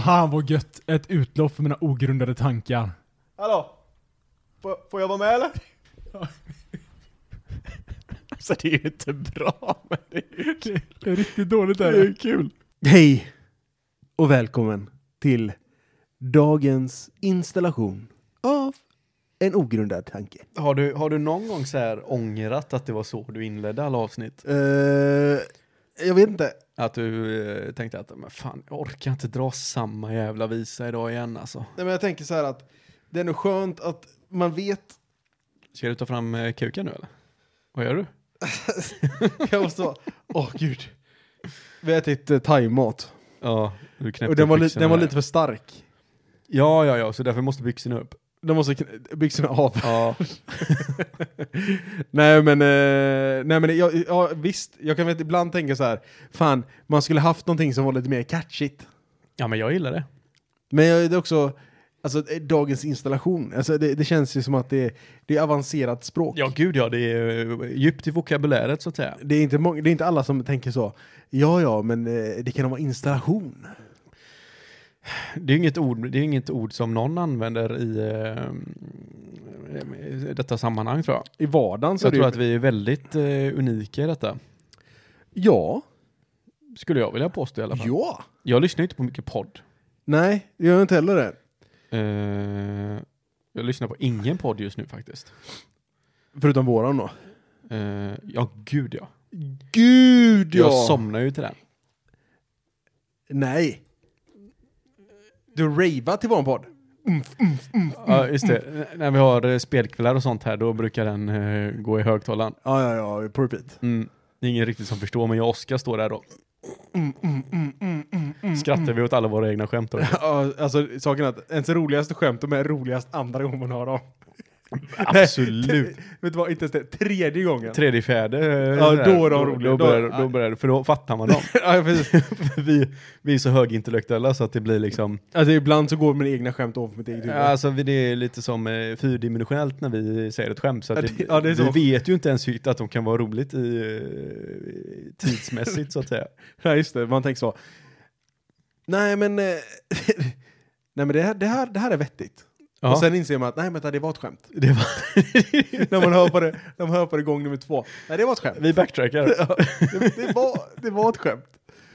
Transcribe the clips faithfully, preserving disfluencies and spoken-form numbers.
Fan vad gött. Ett utlopp för mina ogrundade tankar. Hallå? Får, får jag vara med eller? Alltså det är ju inte bra, men det är ju Det, det är riktigt dåligt där. Det är ju kul. Hej och välkommen till dagens installation av en ogrundad tanke. Har du, har du någon gång så här ångrat att det var så du inledde alla avsnitt? Uh, jag vet inte. Att du eh, tänkte att men fan, jag orkar inte dra samma jävla visa idag igen alltså. Nej, men jag tänker så här att det är nog skönt att man vet. Ska du ta fram eh, kuken nu eller? Vad gör du? Jag måste vara, åh oh, gud. Vi har ätit uh, thai-mat. Ja, du knäppte och den var, li- den var här. lite för stark. Ja, ja, ja, så därför måste byxorna upp. De måste kn- byxorna av. Ja. nej men, eh, nej men jag, ja, visst, jag kan väl ibland tänka så här, fan, man skulle haft någonting som var lite mer catchigt. Ja, men jag gillar det. Men jag, det är också, alltså dagens installation, alltså det, det känns ju som att det är, det är avancerat språk. Ja, gud ja, det är djupt i vokabuläret så att säga. Det är inte, må- det är inte alla som tänker så, ja ja, men eh, det kan vara installation. Det är inget ord, det är inget ord som någon använder i, eh, i detta sammanhang tror jag. I vardagen så Jag är det tror ju, att vi är väldigt eh, unika i detta. ja, Skulle jag vilja påstå i alla fall. ja. Jag lyssnar inte på mycket podd. Nej, jag gör inte heller det. Eh, jag lyssnar på ingen podd just nu faktiskt. Förutom våran då. Eh, ja, gud ja. Gud ja! Jag somnar ju till den. Nej. Du ravar till våran podd. Ja, just det. När vi har eh, spelkvällar och sånt här, då brukar den eh, gå i högtalaren. Ja, ja, ja, på repeat. Mm. Det är ingen riktigt som förstår, men jag och Oskar står där då. Mm, mm, mm, mm, mm, mm, Skrattar vi åt alla våra egna skämt då? Ja, alltså saken är att ens roligaste skämt de är roligast andra gången man hör dem. Absolut. Vet du vad, inte ens det, tredje gången. Tredje, fjärde. Ja, då är de roliga. Då, Då- börjar, då börjar det, för då fattar man dem. Ja, precis. vi, vi är så högintellektuella så att det blir liksom... Alltså ibland så går mina egna skämt ovanför mitt eget Ja, huvud. alltså vi- det är lite som eh, fyrdimensionellt när vi säger ett skämt. Så att Ja, det, det- ja, det är så. vi vet ju inte ens att de kan vara roligt i, eh, tidsmässigt så att säga. Ja, just det. Man tänker så. Nej, men... eh, nej, men det här, det, här, det här är vettigt. Ja. Och sen inser man att nej, men det var ett skämt. Det var... när, man hör på det, när man hör på det gång nummer två. Nej, det var ett skämt. vi backtrackar. Ja, det, det, var, det var ett skämt.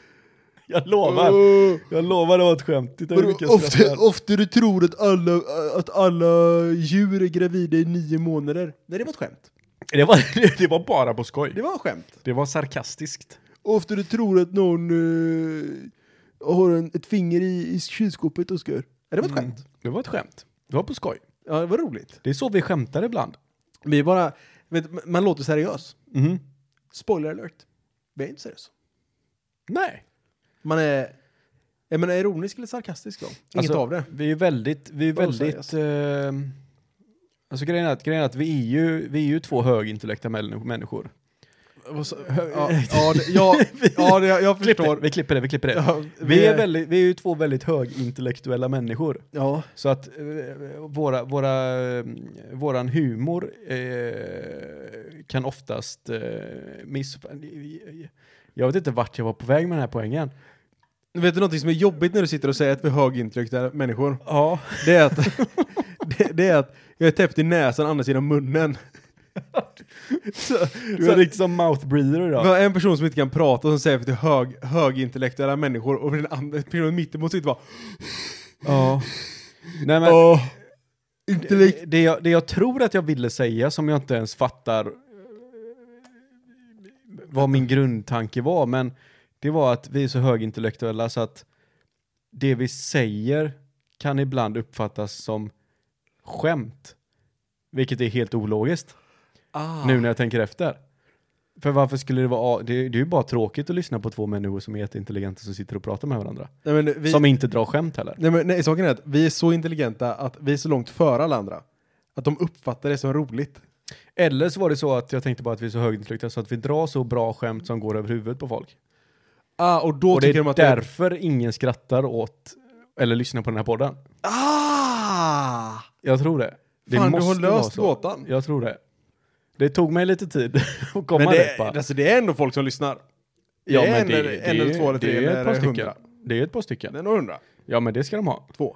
Jag lovar. Uh, Jag lovar det var ett skämt. Titta hur mycket jag ofta, skrattar. ofta du tror att alla, att alla djur är gravida i nio månader. Nej, det var ett skämt. Det var, det var bara på skoj. Det var ett skämt. Det var sarkastiskt. Ofta du tror att någon uh, har en, ett finger i, i kylskåpet, Oskar. Nej, det var ett skämt. Mm. Det var ett skämt. Det var på skoj. Ja, det var roligt. Det är så vi skämtar ibland. Vi är bara, vet, man låter seriös. Mm. Spoiler alert. Vi är inte seriös. Nej. Man är, jag menar, ironisk eller sarkastisk då? Inget Alltså, av det. Vi är väldigt, vi är Bara väldigt, eh, alltså grejen är att, grejen är att vi är ju, vi är ju två högintellektuella män- människor. Ja, ja, det, ja, ja det, jag förstår. Vi klipper det, vi klipper det. Ja, Vi är, väldigt, vi är ju två väldigt högintellektuella människor. Ja. Så att eh, våra, våra, eh, våran humor eh, kan oftast eh, miss... Jag vet inte vart jag var på väg med den här poängen. Vet du något som är jobbigt när du sitter och säger att vi är högintellektuella människor? Ja. Det är att, det, det är att jag är täppt i näsan andra sidan munnen. Så, Du så, är riktigt som mouth breather vi idag. har en person som inte kan prata och som säger att vi är hög, högintellektuella människor och den andra personen mittemot sitter bara Ja. Nej, men, åh, intellekt. det, det, jag, det jag tror att jag ville säga som jag inte ens fattar eh, vad min grundtanke var, men det var att vi är så högintellektuella så att det vi säger kan ibland uppfattas som skämt. Vilket är helt ologiskt. Ah. Nu när jag tänker efter. För varför skulle det vara... Det, det är ju bara tråkigt att lyssna på två människor som är jätteintelligenta som sitter och pratar med varandra. Nej, men vi, Som inte drar skämt heller. nej, men, nej, saken är att vi är så intelligenta att vi är så långt före alla andra. Att de uppfattar det som roligt. Eller så var det så att jag tänkte bara att vi är så högintellektuella så att vi drar så bra skämt som går över huvudet på folk. Ah, och då Och det tycker är de att därför ingen skrattar åt eller lyssnar på den här podden. Ah! Jag tror det. Det Fan, du har måste vara löst så. gåtan. Jag tror det. Det tog mig lite tid att komma Men det, rätt på. alltså, det är ändå folk som lyssnar. Ja, det är men en, det, eller- det, en eller två eller tre det är ett eller par stycken. hundra. Det är ett par stycken. Det är nog hundra. Ja, men det ska de ha. Två.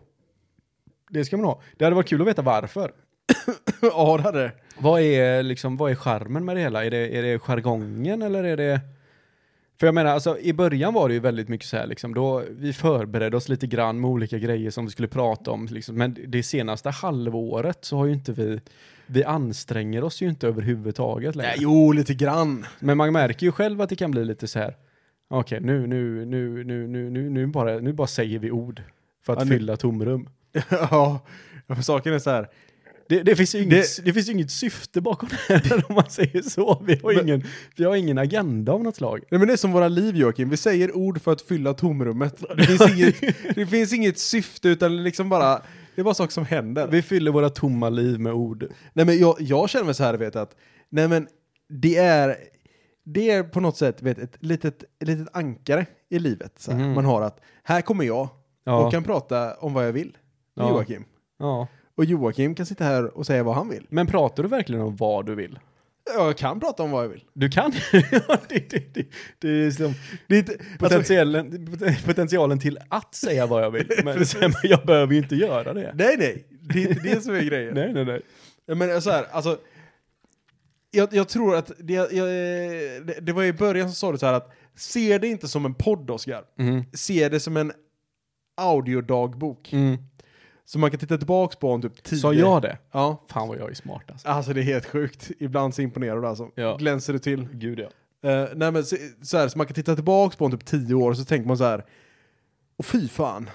Det ska man ha. Det hade varit kul att veta varför. Ja, det hade det. Vad är liksom, vad är charmen med det hela? Är det, är det jargongen eller är det... För jag menar, alltså i början var det ju väldigt mycket så här liksom, då vi förberedde oss lite grann med olika grejer som vi skulle prata om liksom, men det senaste halvåret så har ju inte vi vi anstränger oss ju inte överhuvudtaget längre. Nej, jo, lite grann. Men man märker ju själv att det kan bli lite så här. Okej, okay, nu nu nu nu nu nu nu bara nu bara säger vi ord för att ja, fylla tomrum. Ja, för saken är så här. Det, det, finns ju inget, det, det finns ju inget syfte bakom det här om man säger så. Vi har, men, ingen, vi har ingen agenda av något slag. Nej, men det är som våra liv, Joakim. Vi säger ord för att fylla tomrummet. Det finns inget, det finns inget syfte utan liksom bara, det är bara saker som händer. Vi fyller våra tomma liv med ord. Nej, men jag, jag känner mig så här, vet att nej, men det är det är på något sätt vet, ett litet, ett litet ankare i livet. Så här. Mm. Man har att här kommer jag ja. och kan prata om vad jag vill. Ja. Joakim. Ja. Och Joakim kan sitta här och säga vad han vill. Men pratar du verkligen om vad du vill? Jag kan prata om vad jag vill. Du kan? det, det, det, det är liksom det är potentialen, alltså, potentialen till att säga vad jag vill. Men jag behöver ju inte göra det. Nej, nej. Det är inte det som är grejen. nej, nej, nej. Men så här, alltså... Jag, jag tror att det, jag, det, det var i början som sa du så här att se det inte som en podd, Oskar. Mm. Se det som en audiodagbok. Mm. Så man kan titta tillbaka på om typ tio... Sa jag det? Ja. Fan vad jag är smart alltså. Alltså det är helt sjukt. Ibland så imponerar du alltså. Ja. Glänser du till. Gud ja. Uh, nej men så, så, här, så man kan titta tillbaka på om typ tio år och så tänker man så här. Och fy fan.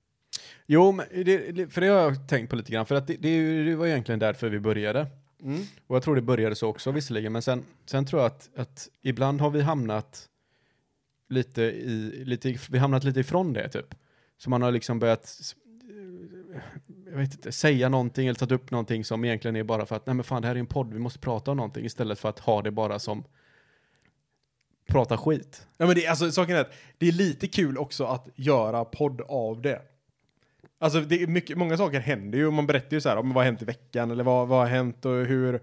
Jo, men det, för det har jag tänkt på lite grann. För att det, det, det var egentligen därför vi började. Mm. Och jag tror det började så också visserligen. Men sen, sen tror jag att, att ibland har vi hamnat lite i, lite, vi hamnat lite ifrån det typ. Så man har liksom börjat... jag vet inte, säga någonting eller tagit upp någonting som egentligen är bara för att nej men fan, det här är en podd, vi måste prata om någonting istället för att ha det bara som prata skit. Ja, men det, alltså, saken är att det är lite kul också att göra podd av det. Alltså det är mycket, många saker händer ju och man berättar ju så här om vad har hänt i veckan eller vad, vad har hänt och hur...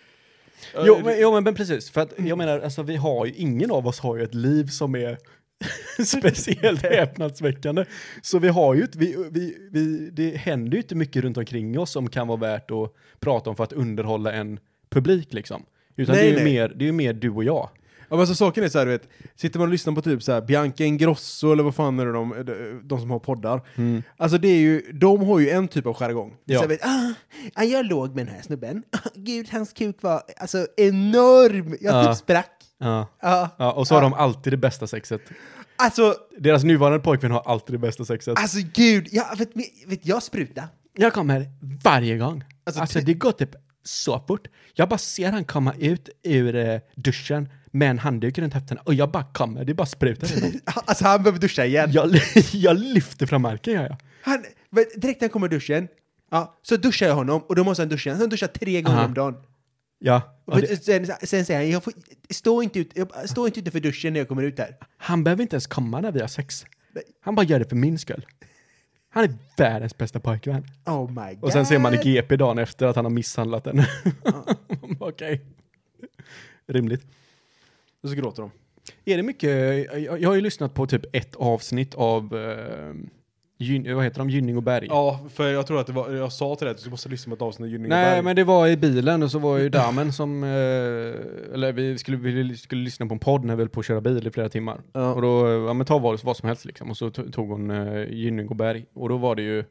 Jo, men, jo, men precis, för att jag menar, alltså vi har ju, ingen av oss har ju ett liv som är speciellt häpnadsväckande. Så vi har ju vi, vi, vi, det händer ju inte mycket runt omkring oss som kan vara värt att prata om för att underhålla en publik liksom. Utan nej, det är ju mer, det är ju mer du och jag. Ja, men så saken är så här, du vet, sitter man och lyssnar på typ så här Bianca Ingrosso eller vad fan är det de, de, de som har poddar. Mm. Alltså det är ju, de har ju en typ av jargong. Ja. Så jag vet, ah, jag låg med den här snubben. Ah, gud, hans kuk var alltså enorm. Jag ja. typ sprack. Ja. Ah. Ja, och så har ah. de alltid det bästa sexet. Alltså, deras nuvarande pojkvän har alltid det bästa sexet. Alltså gud, jag vet, vet jag spruta. Jag kommer varje gång. Alltså, alltså ty- det går typ så fort. Jag bara ser han komma ut ur uh, duschen med en handduk runt höfterna och jag bara kommer, det bara sprutar. Alltså han behöver duscha igen. Jag, jag lyfter fram marken, ja, ja. Han, direkt när han kommer i duschen, ja, så duschar jag honom och då måste han duscha. Han duschar tre gånger Aha. om dagen. Ja. Och det... sen, sen säger han, jag får, stå, inte ut, jag, stå inte utanför duschen när jag kommer ut här. Han behöver inte ens komma när vi har sex. Han bara gör det för min skull. Han är världens bästa pojkvän. Oh my god. Och sen ser man i G P dagen efter att han har misshandlat den. Ja. Okej. Okay. Rimligt. Och så gråter de. Är det mycket... Jag, jag har ju lyssnat på typ ett avsnitt av... Uh, Gyn, vad heter de? Gynning och Berg. Ja, för jag tror att det var... Jag sa till dig att du måste lyssna på ett avsnitt av Gynning Nej, och Berg. Nej, men det var i bilen och så var ju damen som... Uh, eller vi skulle, vi skulle lyssna på en podd när vi höll på att köra bil i flera timmar. Ja. Och då... Ja, men ta vad, vad som helst liksom. Och så tog hon uh, Gynning och Berg. Och då var det ju...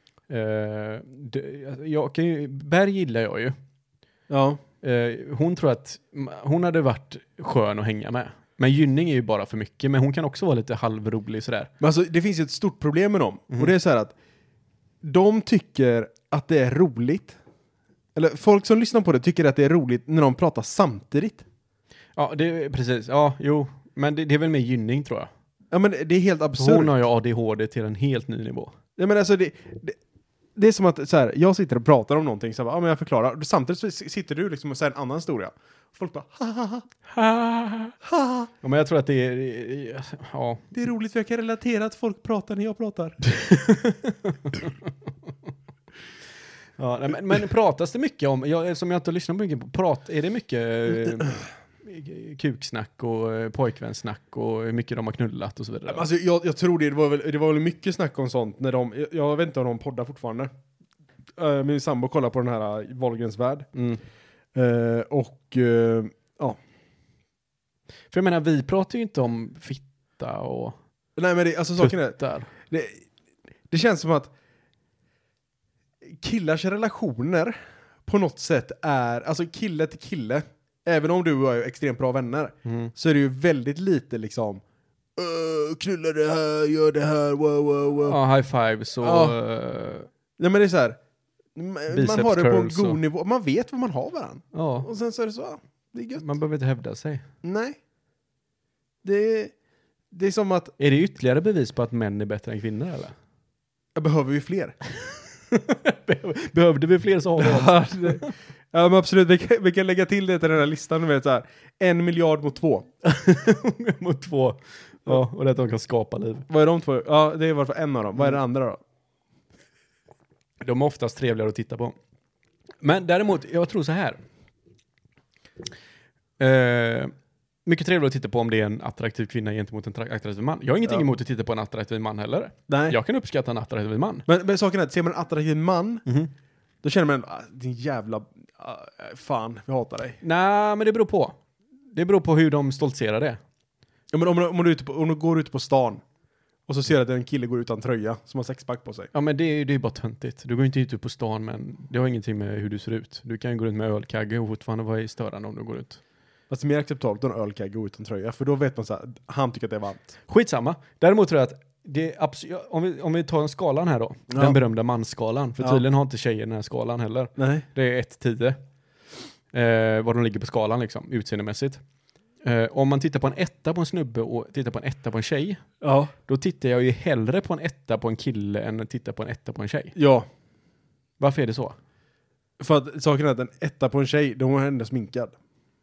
Uh, det, jag kan ju... Berg gillar jag ju. Ja. Uh, hon tror att... Hon hade varit skön att hänga med. Men Gynning är ju bara för mycket. Men hon kan också vara lite halvrolig sådär. Men alltså, det finns ju ett stort problem med dem. Mm. Och det är så här att de tycker att det är roligt. Eller folk som lyssnar på det tycker att det är roligt när de pratar samtidigt. Ja, det är precis. Ja, jo. Men det, det är väl med Gynning, tror jag. Ja, men det är helt absurt. Hon har ju A D H D till en helt ny nivå. Ja, men alltså det... det Det är som att så här, jag sitter och pratar om någonting så bara, ja men jag förklarar. Samtidigt så sitter du liksom och säger en annan historia. Folk bara ha ha ha ha ha. Ja, men jag tror att det är ja. Det är roligt för jag kan relatera att folk pratar när jag pratar. Ja, men, men pratas det mycket om jag som jag inte lyssnar på mycket på prat är det mycket kuksnack och eh, pojkvänsnack och hur mycket de har knullat och så vidare. Alltså, jag, jag tror det, det var, väl, det var väl mycket snack om sånt när de, jag, jag vet inte om de poddar fortfarande. Uh, min sambo kollar på den här uh, Wahlgrens värld. Mm. Uh, och uh, ja. För jag menar, vi pratar ju inte om fitta och Nej, men det, alltså saken är, det, det känns som att killars relationer på något sätt är, alltså kille till kille, även om du och jag är extremt bra vänner, mm. så är det ju väldigt lite liksom uh, knulla det här, gör det här, wow, wow, wow. Ja, high fives och ja. uh, Nej, men det är så här, man har det på en god och... nivå, man vet vad man har varandra. Ja. Och sen så är det så, det är gött. Man behöver inte hävda sig. Nej. Det är, det är som att... Är det ytterligare bevis på att män är bättre än kvinnor, eller? Jag behöver vi fler. Behövde vi fler så har vi det. Ja, men absolut. Vi kan, vi kan lägga till det till den här listan. Vet, så här. En miljard mot två. mot två. Ja, och det att de kan skapa liv. Vad är de två? Ja, det är i alla fall en av dem. Vad är det andra då? De är oftast trevligare att titta på. Men däremot, jag tror så här. Eh, mycket trevligare att titta på om det är en attraktiv kvinna gentemot en tra- attraktiv man. Jag har ingenting ja. emot att titta på en attraktiv man heller. Nej. Jag kan uppskatta en attraktiv man. Men, men saken är att ser man en attraktiv man, mm-hmm. då känner man, ah, din jävla, ah, fan, vi hatar dig. Nej, men det beror på. Det beror på hur de stoltserar det. Ja, men om, om, du, på, om du går ut på stan och så ser du att en kille går utan tröja som har sexpack på sig. Ja, men det är ju det är bara töntigt. Du går inte ut på stan, men det har ingenting med hur du ser ut. Du kan gå runt med ölkagge och fortfarande vara störande om du går ut. Fast det är mer acceptabelt att en ölkagge går utan tröja, för då vet man så här, han tycker att det är varmt. Skitsamma. Däremot tror jag att det är abs- om, vi, om vi tar en skalan här då. Ja. Den berömda mansskalan. För ja. tydligen har inte tjejer den här skalan heller. Nej. Det är ett till tio. Eh, var de ligger på skalan liksom, utseendemässigt. Uh, om man tittar på en etta på en snubbe och tittar på en etta på en tjej, ja. då tittar jag ju hellre på en etta på en kille än att titta på en etta på en tjej. Ja. Varför är det så? För att saken är att en etta på en tjej, de var ändå sminkad.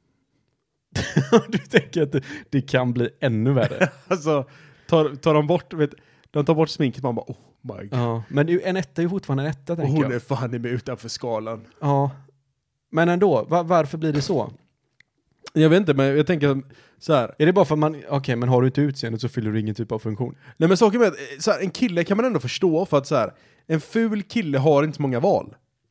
Du tänker att det, det kan bli ännu värre. Alltså, tar, tar de bort, vet, de tar bort sminket, man bara, oh my god. Ja, men en etta är ju fortfarande en etta, tänker jag. Och hon är fan med utanför skalan. Ja, men ändå, var, varför blir det så? Jag vet inte, men jag tänker så här. Är det bara för att man, okej, okay, men har du inte utseendet så fyller du ingen typ av funktion? Nej, men saken med att så här, en kille kan man ändå förstå, för att så här, en ful kille har inte så många val.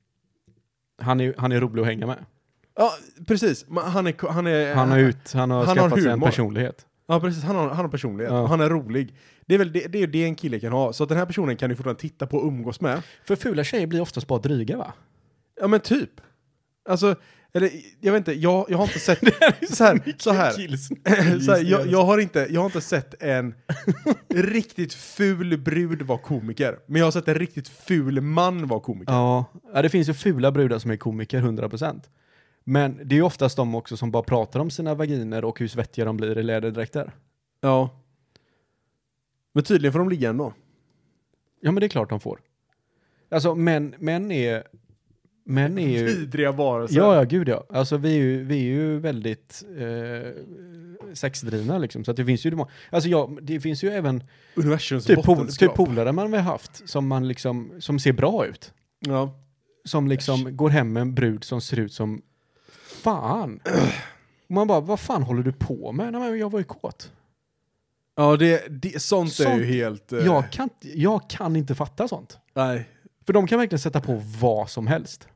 Han är, han är rolig att hänga med. Ja, precis. Han är, han är, han har, ut, han har han skaffat har sig en personlighet. Ja, precis. Han har, han har personlighet. Ja. Och han är rolig. Det är väl det, det är det en kille kan ha. Så att den här personen kan du fortfarande titta på och umgås med. För fula tjejer blir oftast bara dryga, va? Ja, men typ. Alltså, eller jag vet inte, jag, jag har inte sett så här, så här, så här jag, jag har inte jag har inte sett en riktigt ful brud vara komiker, men jag har sett en riktigt ful man vara komiker. Ja, ja, det finns ju fula brudar som är komiker hundra procent. Men det är ju oftast de också som bara pratar om sina vaginer och hur svettiga de blir i läderdräkter. Ja. Men tydligen får de ligga ändå. Ja, men det är klart de får. Alltså, män, män är Män är ju... vidriga varelser. Ja, ja, gud ja. Alltså vi är ju, vi är ju väldigt eh, sexdrivna liksom. Så att det finns ju... Alltså ja, det finns ju även... Universums typ, pol, typ polare man har haft som man liksom... Som ser bra ut. Ja. Som liksom Äsch. går hem med en brud som ser ut som... Fan! Och man bara, vad fan håller du på med? Nej, men jag var ju kåt. Ja, det, det, sånt, sånt är ju helt... Uh... Jag, kan, jag kan inte fatta sånt. Nej. För de kan verkligen sätta på vad som helst.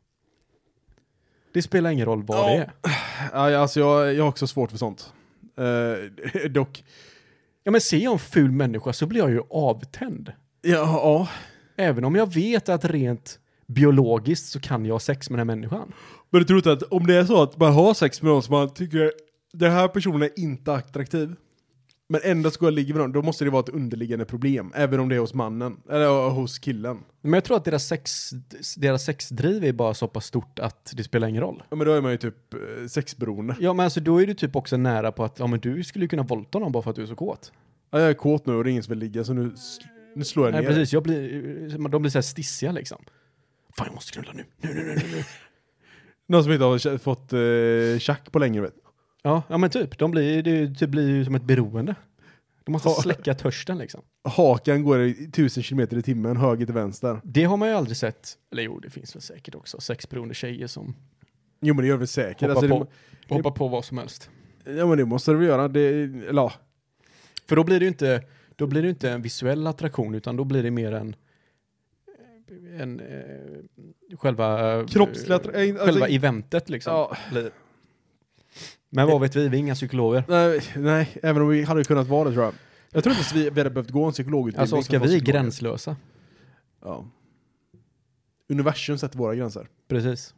Det spelar ingen roll vad ja. det är. Ja, alltså jag, jag har också svårt för sånt. Uh, dock. Ja, men ser jag en ful människa så blir jag ju avtänd. Ja, ja. Även om jag vet att rent biologiskt så kan jag ha sex med den här människan. Men du tror inte att om det är så att man har sex med någon som man tycker den här personen är inte attraktiv, men ändå ska jag ligga med någon, då måste det vara ett underliggande problem. Även om det är hos mannen. Eller hos killen. Men jag tror att deras, sex, deras sexdriv är bara så pass stort att det spelar ingen roll. Ja, men då är man ju typ eh, sexberoende. Ja, men alltså då är du typ också nära på att ja, men du skulle kunna våldta någon bara för att du är så kåt. Ja, jag är kåt nu och det är ingen som vill ligga, så nu, nu slår jag ner. Nej, precis. Jag blir, de blir så här stissiga liksom. Fan, jag måste knulla nu. Nu, nu, nu, nu. Någon som inte har fått eh, tjack på länge, vet. Ja, ja, men typ. De blir, det typ blir ju som ett beroende. De måste ha, släcka törsten liksom. Hakan går i tusen kilometer i timmen, höger till vänster. Det har man ju aldrig sett. Eller jo, det finns väl säkert också sexberoende tjejer som... Jo, men det gör väl säkert. Hoppar, alltså, på, det, hoppar på vad som helst. Ja, men det måste du göra. Det, eller, ja. För då blir det ju inte, då blir det ju inte en visuell attraktion, utan då blir det mer en en eh, själva Kroppsliga attra- eh, själva alltså, eventet liksom. Ja. Blir. Men vad vet vi? Vi är inga psykologer. Nej, nej, även om vi hade kunnat vara det, tror jag. Jag tror inte att vi, vi hade behövt gå en psykologutbildning. Alltså, ska vi är gränslösa? Ja. Universum sätter våra gränser. Precis.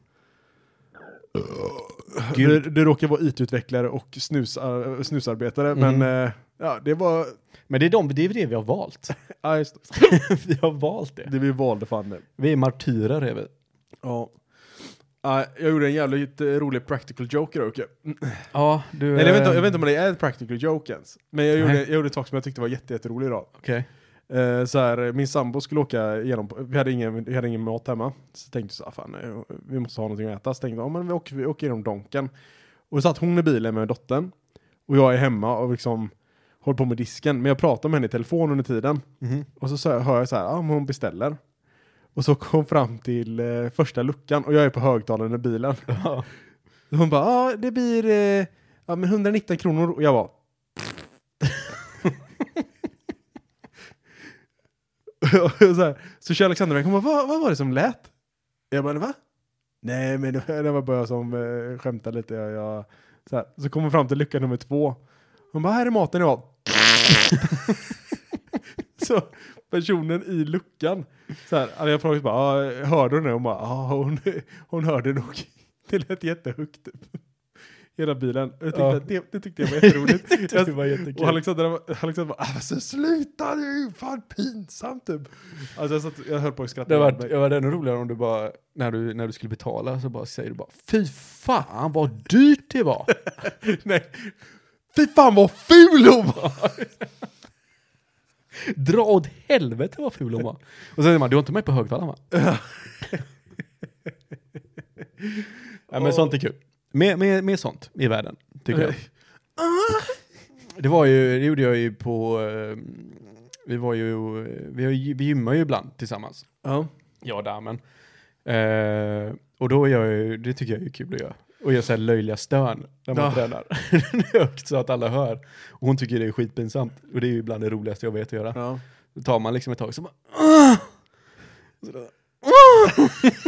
Det, det råkar vara I T-utvecklare och snus, uh, snusarbetare, mm. men uh, ja, det var... Men det är, de, det är det vi har valt. Ja, just det. Vi har valt det. Det vi valde fan det. Vi är martyrer, är vi. Ja. Uh, jag gjorde en jävligt uh, rolig practical joke idag, okay? Ja, du... Nej, jag, vet inte, jag vet inte om det är ett practical joke ens. Men jag gjorde, jag gjorde ett talk som jag tyckte var jätte, jätterolig idag. Okej. Okay. Uh, så här, min sambo skulle åka igenom, vi hade ingen, vi hade ingen mat hemma. Så tänkte jag så här, fan, vi måste ha någonting att äta. Så tänkte jag, oh, men vi åker, vi åker genom Donken. Och så satt hon i bilen med dottern. Och jag är hemma och liksom håller på med disken. Men jag pratar med henne i telefon under tiden. Mm-hmm. Och så, så hör jag så här, ja, ah, hon beställer. Och så kom fram till eh, första luckan. Och jag är på högtalaren i bilen. Ja. Hon bara, ja, ah, det blir eh, ja, med hundranitton kronor. Och jag var... så, här, så kör Alexander, hon bara, vad, vad var det som lät? Jag bara, va? Nej, men det, det var bara jag som eh, skämtade lite. Jag, jag, så, här, så kom hon fram till lucka nummer två. Hon bara, här är maten. Jag bara... så personen i luckan. Så här, jag frågade bara, ah, hörde hon det? Hon bara, ah, hon, hon hörde nog. Det lät jättehögt typ. Hela bilen. Jag tyckte, ja. det, det tyckte jag var jätteroligt. det tyckte jag var jättekul. Och Alexander, Alexander bara, alltså sluta, det är ju fan pinsamt typ. Alltså jag, satt, jag höll på att skratta. Det var, det var ännu roligare om du bara, när du, när du skulle betala så bara säger du bara, fy fan vad dyrt det var. Nej, fy fan vad ful hon var. Dra åt helvete vad ful hon var. Och så säger man, du har inte med på högtalaren va? Ja, men sånt är kul. Med, med, med sånt i världen, tycker jag. Det var ju, det gjorde jag ju på, vi var ju, vi, vi gymmar ju ibland tillsammans. Ja. Ja, och damen. Eh, och då gör jag, det tycker jag är kul att göra. Och göra så här löjliga stön när man ja. tränar. Högt så att alla hör. Och hon tycker det är skitpinsamt. Och det är ju ibland det roligaste jag vet att göra. Ja. Då tar man liksom ett tag så bara... Åh! Så där, åh!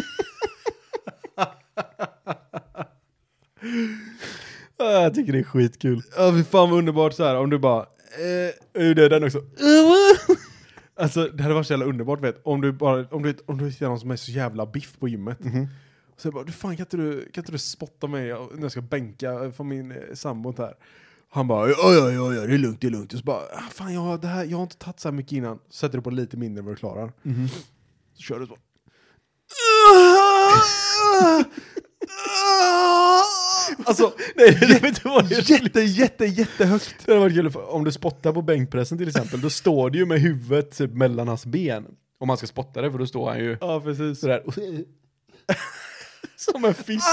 Jag tycker det är skitkul. Ja, fy fan vad underbart så här. Om du bara... Eh, det är den också. Alltså, det hade varit så jävla underbart, vet. Om du bara... Om du, om du hittar någon som är så jävla biff på gymmet. Mm-hmm. Så jag bara, du fan, kan inte du, kan inte du spotta mig när jag ska bänka för min eh, sambo här? Han bara, ja, ja, ja, ja, det är lugnt, det är lugnt. Och så bara, fan, jag, det här, jag har inte tagit så här mycket innan. Så sätter du på lite mindre än vad du klarar. Mm-hmm. Så kör du så. Alltså, nej, det vet du vad det är. Jätte, jätte, jättehögt. Det hade varit kul om du spottar på bänkpressen till exempel. Då står du ju med huvudet typ mellan hans ben. Om man ska spotta det, för då står han ju ja, precis. Sådär. Som en fisk.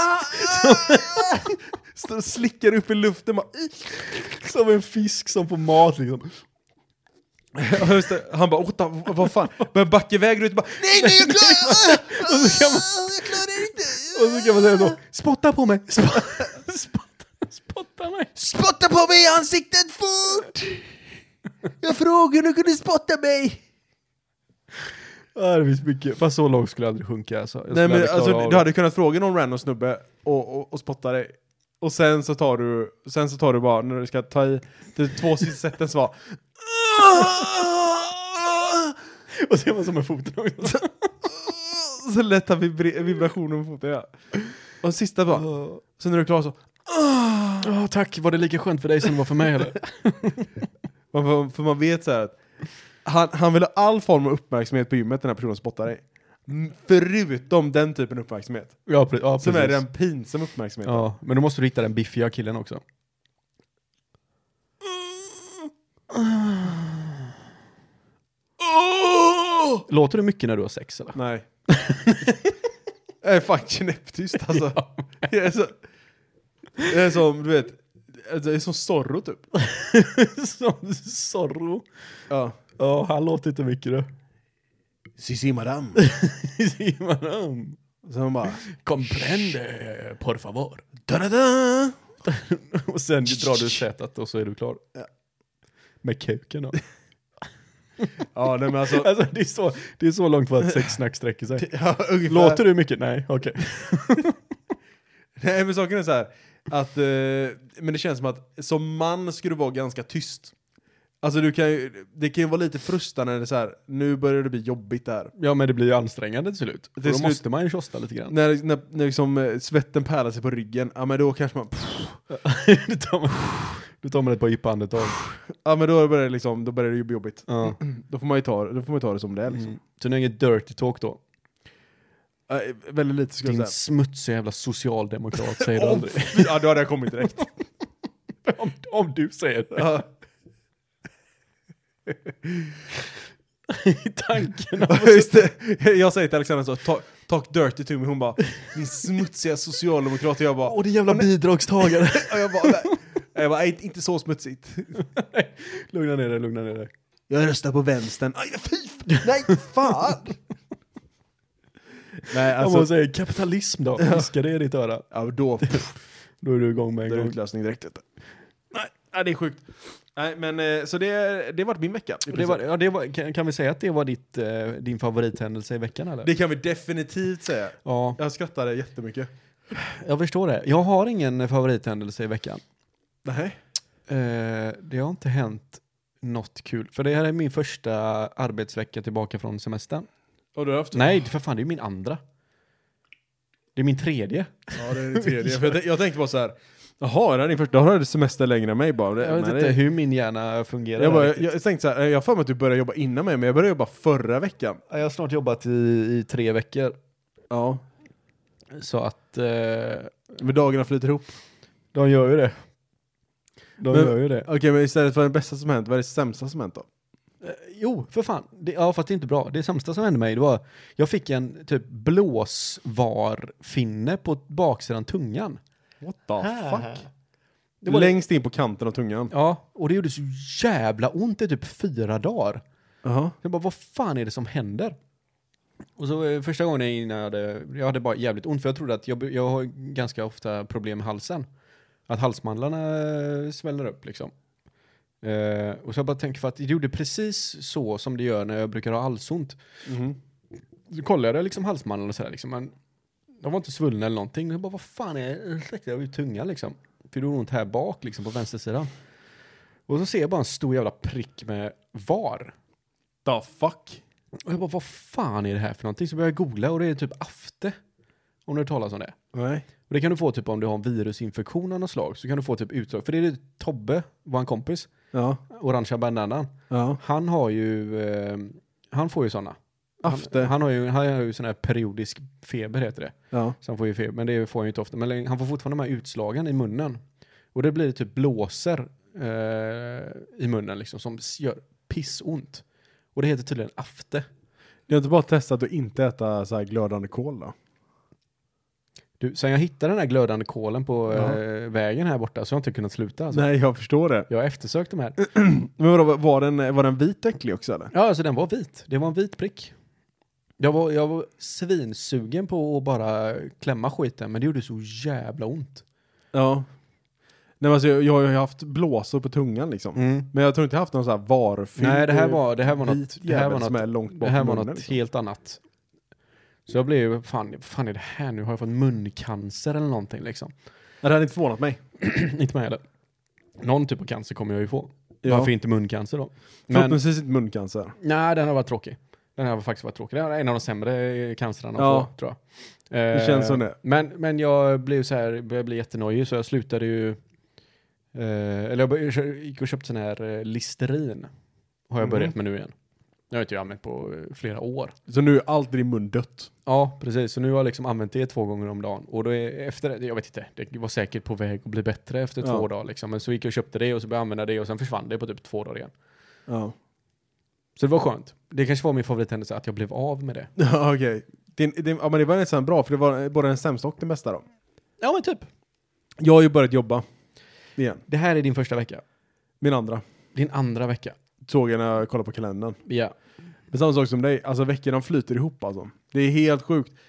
Står och slickar upp i luften. Som en fisk som får mat liksom. Ja, just det. Han bara, åtta, vad fan? Börjar backa iväg ut. Bara, nej, nej, jag klarar och så kan man, jag klarar inte. Och så kan man säga så, spotta på mig. Spotta, spotta, spotta mig. Spotta på mig i ansiktet fort. Jag frågar om du kunde spotta mig. Ja, det finns mycket. Fast så lågt skulle jag aldrig sjunka. Alltså. Jag nej, men alltså, du hade kunnat fråga någon random snubbe och, och, och spotta dig. Och sen så tar du sen så tar du bara, när du ska ta i det två sista sätten så var och så gör man som med foten också. Så lätta vibra- vibrationer med foten, ja. Och sista bara, så när du är klar så oh, tack, var det lika skönt för dig som det var för mig eller? man, för man vet så här att Han, han vill ha all form av uppmärksamhet på gymmet, den här personen spottar dig. Förutom den typen av uppmärksamhet. Ja, pre- ja, som är den pinsam uppmärksamhet. Ja, men då måste du hitta den biffiga killen också. Låter du mycket när du har sex eller? Nej. Jag är fan knäpptyst alltså. Ja. Jag är så, jag är som, du vet, det är som Zorro typ. Som Zorro? Ja. Ja, han låter inte mycket då. Si, si, madame. Si, madame. Så han bara, comprende, por favor. Da-da-da. Och sen drar du sätet och så är du klar. Ja. Med kuken då. Ja, nej, men alltså... alltså det, är så, det är så långt för att sexsnack sträcker sig. Ja, ungefär. Låter du mycket? Nej, okej. Okay. Nej, men saken är så här. Att, eh, men det känns som att som man skulle vara ganska tyst. Alltså du kan ju, det kan ju vara lite frustrande när det är så här, nu börjar det bli jobbigt där. Ja, men det blir ju ansträngande till slut. För Till då slut- måste man ju tjosta lite grann. När, när, när liksom eh, svetten pärlar sig på ryggen, ja men då kanske man... du, tar man, du tar man ett par djupa andetag. Ja men då börjar det liksom, då börjar det ju bli jobbigt. Ja. Då får man ju ta, då får man ju ta det som det är liksom. Mm. Så det är inget dirty talk då? Äh, väldigt lite skulle Din jag säga. smutsiga jävla socialdemokrat säger du Åh, aldrig. fy- ja, då hade jag kommit direkt. om, om du säger det. Ja. I tanken. Just det. Jag säger till Alexandra så, talk, talk dirty to me. Hon bara, din smutsiga socialdemokrat. Och jag bara, Åh, din jävla bidragstagare. och jag bara, nej. Jag bara, inte, inte så smutsigt. Lugna ner dig, lugna ner dig. Jag röstar på vänstern. Aj, fy, nej, fan. Nej, Om alltså. man säger kapitalism då, viskar det i ditt öra. Ja, då, Då är du igång med en då är det gång. utlösning direkt. Vet du. Nej, nej, det är sjukt. Nej, men eh, så det, det har varit min vecka. i Det princip. var, ja, det var, kan, kan vi säga att det var ditt, eh, din favorithändelse i veckan eller? Det kan vi definitivt säga. Ja, Jag skrattade jättemycket. jag förstår det. Jag har ingen favorithändelse i veckan. Nej. Eh, det har inte hänt något kul. För det här är min första arbetsvecka tillbaka från semestern. Och du har haft... Nej, för fan, det är min andra. Det är min tredje. Ja, det är det tredje. För jag, tänk- jag tänkte bara så här. Jaha, det är din första. Då har du semester längre än mig bara. Det, Jag vet nej, inte det, hur min hjärna fungerar. jag, bara, jag, riktigt. jag tänkte så här. Jag har för mig att du började jobba innan mig. Men jag började jobba förra veckan. Jag har snart jobbat i, i tre veckor. Ja. Så att eh, Men dagarna flyter ihop. de gör ju det. De Men- gör ju det. Okej, men istället för det bästa som hänt. Vad är det sämsta som hänt då? Eh, jo, för fan. Det, ja, fast det är inte bra. Det sämsta som hände mig, det var jag fick en typ blåsvarfinne på baksidan tungan. What the fuck? Det var Längst in på kanten av tungan. Ja, och det gjorde så jävla ont i typ fyra dagar. Jaha. Jag bara, vad fan är det som händer? Och så eh, första gången innan jag hade, jag hade bara jävligt ont, för jag trodde att jag, jag har ganska ofta problem med halsen. Att halsmandlarna eh, sväller upp liksom. Eh, och så jag bara tänkte, för att det gjorde precis så som det gör när jag brukar ha halsont. Mhm. Så kollade jag liksom halsmandlarna och sådär liksom, men de var inte svullna eller någonting. Jag bara, vad fan är det? Jag var ju tunga liksom. För det var ont här bak liksom på vänstersidan. Och så ser jag bara en stor jävla prick med var. The fuck? Och jag bara, vad fan är det här för någonting? Så började jag googla och det är typ afte. Om du har talat om det. Nej. Och det kan du få typ om du har en virusinfektion av något slag. Så kan du få typ utdrag. För det är det Tobbe, vår kompis. Ja. Orangea bandanan. Ja. Han har ju, eh, han får ju sådana. Afte. Han, han har ju, han har ju sån här periodisk feber heter det. Ja. Så han får ju feber, men det får han ju inte ofta. Men han får fortfarande de här utslagen i munnen. Och det blir typ blåser eh, i munnen liksom som gör pissont. Och det heter tydligen afte. Du har inte bara testat att inte äta så här glödande kol då? Du, sen jag hittade den här glödande kolen på Ja. eh, vägen här borta så har jag inte kunnat sluta. Alltså. Nej, jag förstår det. Jag har eftersökt de här. Men vadå, var den, var den vit äcklig också eller? Ja, alltså den var vit. Det var en vit prick. Jag var, jag var svinsugen på att bara klämma skiten, men det gjorde så jävla ont. Ja. Nej, men alltså, jag, jag har ju haft blåsor på tungan liksom. Mm. Men jag tror inte jag haft någon sån här varfylld. Nej, det här var, det här var vit något, det här var jävel som något, är långt bak det här i var munnen, något liksom. helt annat. Så jag blev ju, fan, vad fan är det här nu? Har jag fått muncancer eller någonting liksom? Ja, det hade inte förvånat mig. Inte mig heller. Någon typ av cancer kommer jag ju få. Ja. Varför inte muncancer då? Men, Förhoppningsvis inte muncancer. nej, den har varit tråkig. Den har faktiskt varit tråkig. Det är en av de sämre cancerna Ja. att få, tror jag. Det känns som det. Men, men jag blev så här, började bli jättenojig så jag slutade ju, eh, eller jag började, gick och köpte sån här eh, Listerin. Har jag Mhm. börjat med nu igen. Jag har inte använt på eh, flera år. Så nu är allt i din mun dött. Ja, precis. Så nu har jag liksom använt det två gånger om dagen. Och då är efter det, jag vet inte, det var säkert på väg att bli bättre efter Ja. två dagar liksom. Men så gick jag och köpte det och så började jag använda det och sen försvann det på typ två dagar igen. Ja. Så det var skönt. Det kanske var min favorithändelse att jag blev av med det. Ja, okej. Din, din, ja, men det var nästan bra, för det var både den sämsta och den bästa då. Ja, men typ. Jag har ju börjat jobba. Igen. Det här är din första vecka. Min andra. Din andra vecka. Såg jag när jag kollade på kalendern. Ja. Men samma sak som dig. Alltså veckorna flyter ihop alltså. Det är helt sjukt.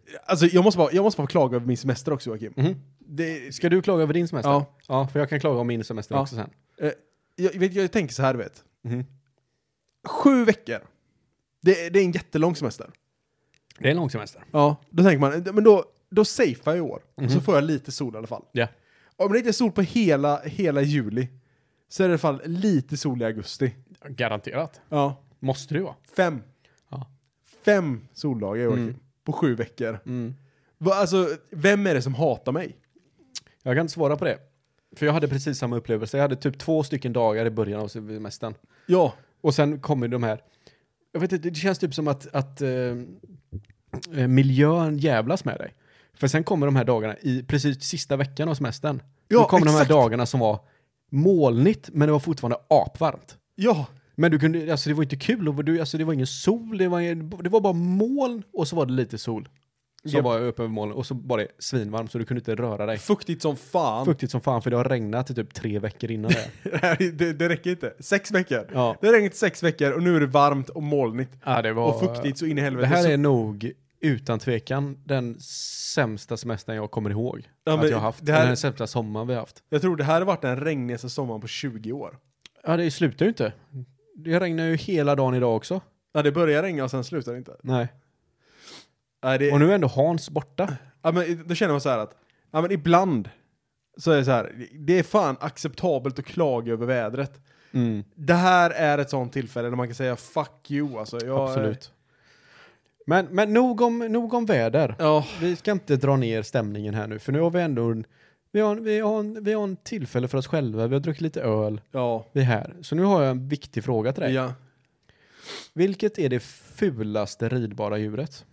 Alltså jag måste bara, jag måste bara klaga över min semester också, Joakim. Mm. Det, Ska du klaga över din semester? Ja. Ja, för jag kan klaga om min semester Ja. också sen. eh, jag, vet, jag tänker så här, du vet. Mm. Sju veckor. Det, det är en jättelång semester. Det är en lång semester. Ja, då tänker man, men då, då safear jag i år. Mhm. Så får jag lite sol i alla fall. Ja. Om det inte är sol på hela, hela juli så är det i alla fall lite sol i augusti. Garanterat. Ja. Måste det vara. Fem. Ja. Fem soldagar, Joakim. Mm. På sju veckor. Mm. Va, alltså, vem är det som hatar mig? Jag kan inte svara på det. För jag hade precis samma upplevelse. Jag hade typ två stycken dagar i början av semestern. Ja. Och sen kommer de här. Jag vet inte, det känns typ som att, att eh, miljön jävlas med dig. För sen kommer de här dagarna i precis sista veckan av semestern. Ja, Då kommer exakt. de här dagarna som var molnigt, men det var fortfarande apvarmt. Ja. Men du kunde, alltså det var inte kul, och du, alltså det var ingen sol, det var, det var bara moln och så var det lite sol. Så Ja. var jag uppe över molnen och så var det svinvarmt så du kunde inte röra dig. Fuktigt som fan. Fuktigt som fan för det har regnat i typ tre veckor innan det. Nej, det, det räcker inte. Sex veckor. Ja. Det har regnat sex veckor och nu är det varmt och molnigt. Ja, det var... Och fuktigt så in i Det helvete. här Så- är nog utan tvekan den sämsta semestern jag kommer ihåg Ja, att men jag har haft. det här- Den sämsta sommaren vi har haft. Jag tror det här har varit den regnigaste sommaren på tjugo år. Ja, det slutar ju inte. Det regnar ju hela dagen idag också. Ja, det börjar regna och sen slutar det inte. Nej. Nej, det, Och nu är ändå Hans borta. ja, men då känner man så här att ja, men ibland så är det så här, det är fan acceptabelt att klaga över vädret. Mm. Det här är ett sånt tillfälle där man kan säga fuck you. Alltså, jag, Absolut. Men, men nog, om, nog om väder. Ja, Vi ska inte dra ner stämningen här nu. För nu har vi ändå en, vi har, vi har en, vi har en tillfälle för oss själva. Vi har druckit lite öl. ja, Vi är här. Så nu har jag en viktig fråga till dig. ja. Vilket är det fulaste ridbara djuret?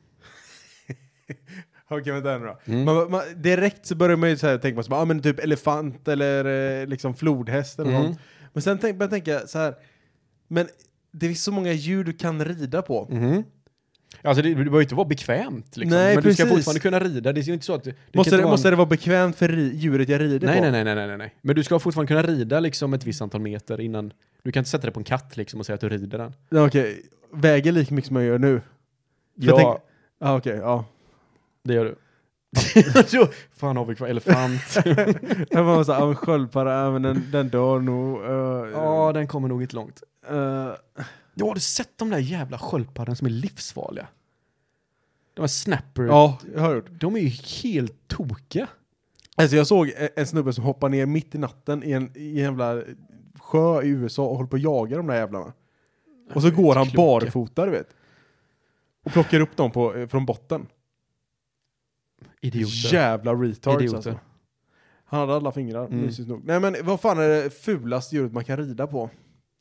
Okej, vänta nu då. Mm. Man, man, direkt så börjar man ju så här, tänka på så, ah, men typ elefant eller eh, liksom flodhäst eller Mm. något. Men sen tänk, börjar jag tänka så här, men det finns så många djur du kan rida på. Mhm. Alltså det, det behöver ju inte vara bekvämt liksom. Nej, men du ska precis. fortfarande kunna rida. Det är ju inte så att... Det, det Måste, kan det, inte måste vara det vara bekvämt för ri, djuret jag rider en... på? nej, nej, nej, nej, nej, nej. Men du ska fortfarande kunna rida liksom ett visst antal meter innan... Du kan inte sätta dig på en katt liksom och säga att du rider den. Ja, okej, väger lika mycket som jag gör nu. För Ja, jag tänk- Ja, okej, ja. det gör du. Jo, fan har vi kvar elefant. Jag var så här, ja, men sköldpadda, ja, men den, den dör nog. Uh, Ja, den kommer nog inte långt. uh, Du har du sett de där jävla sköldpadden som är livsfarliga? De här snapper. ja, jag har gjort. De är ju helt tokiga. Alltså jag såg en, en snubbe som hoppar ner mitt i natten i en, i en jävla sjö i U S A och håller på att jaga de där jävlarna. Och så går han Kloka. barfota, du vet. Och plockar upp dem på, från botten. Idioter. Jävla retards Idioter. alltså. Han hade alla fingrar, Mm. mysigt nog. Nej men vad fan är det fulaste djuret man kan rida på?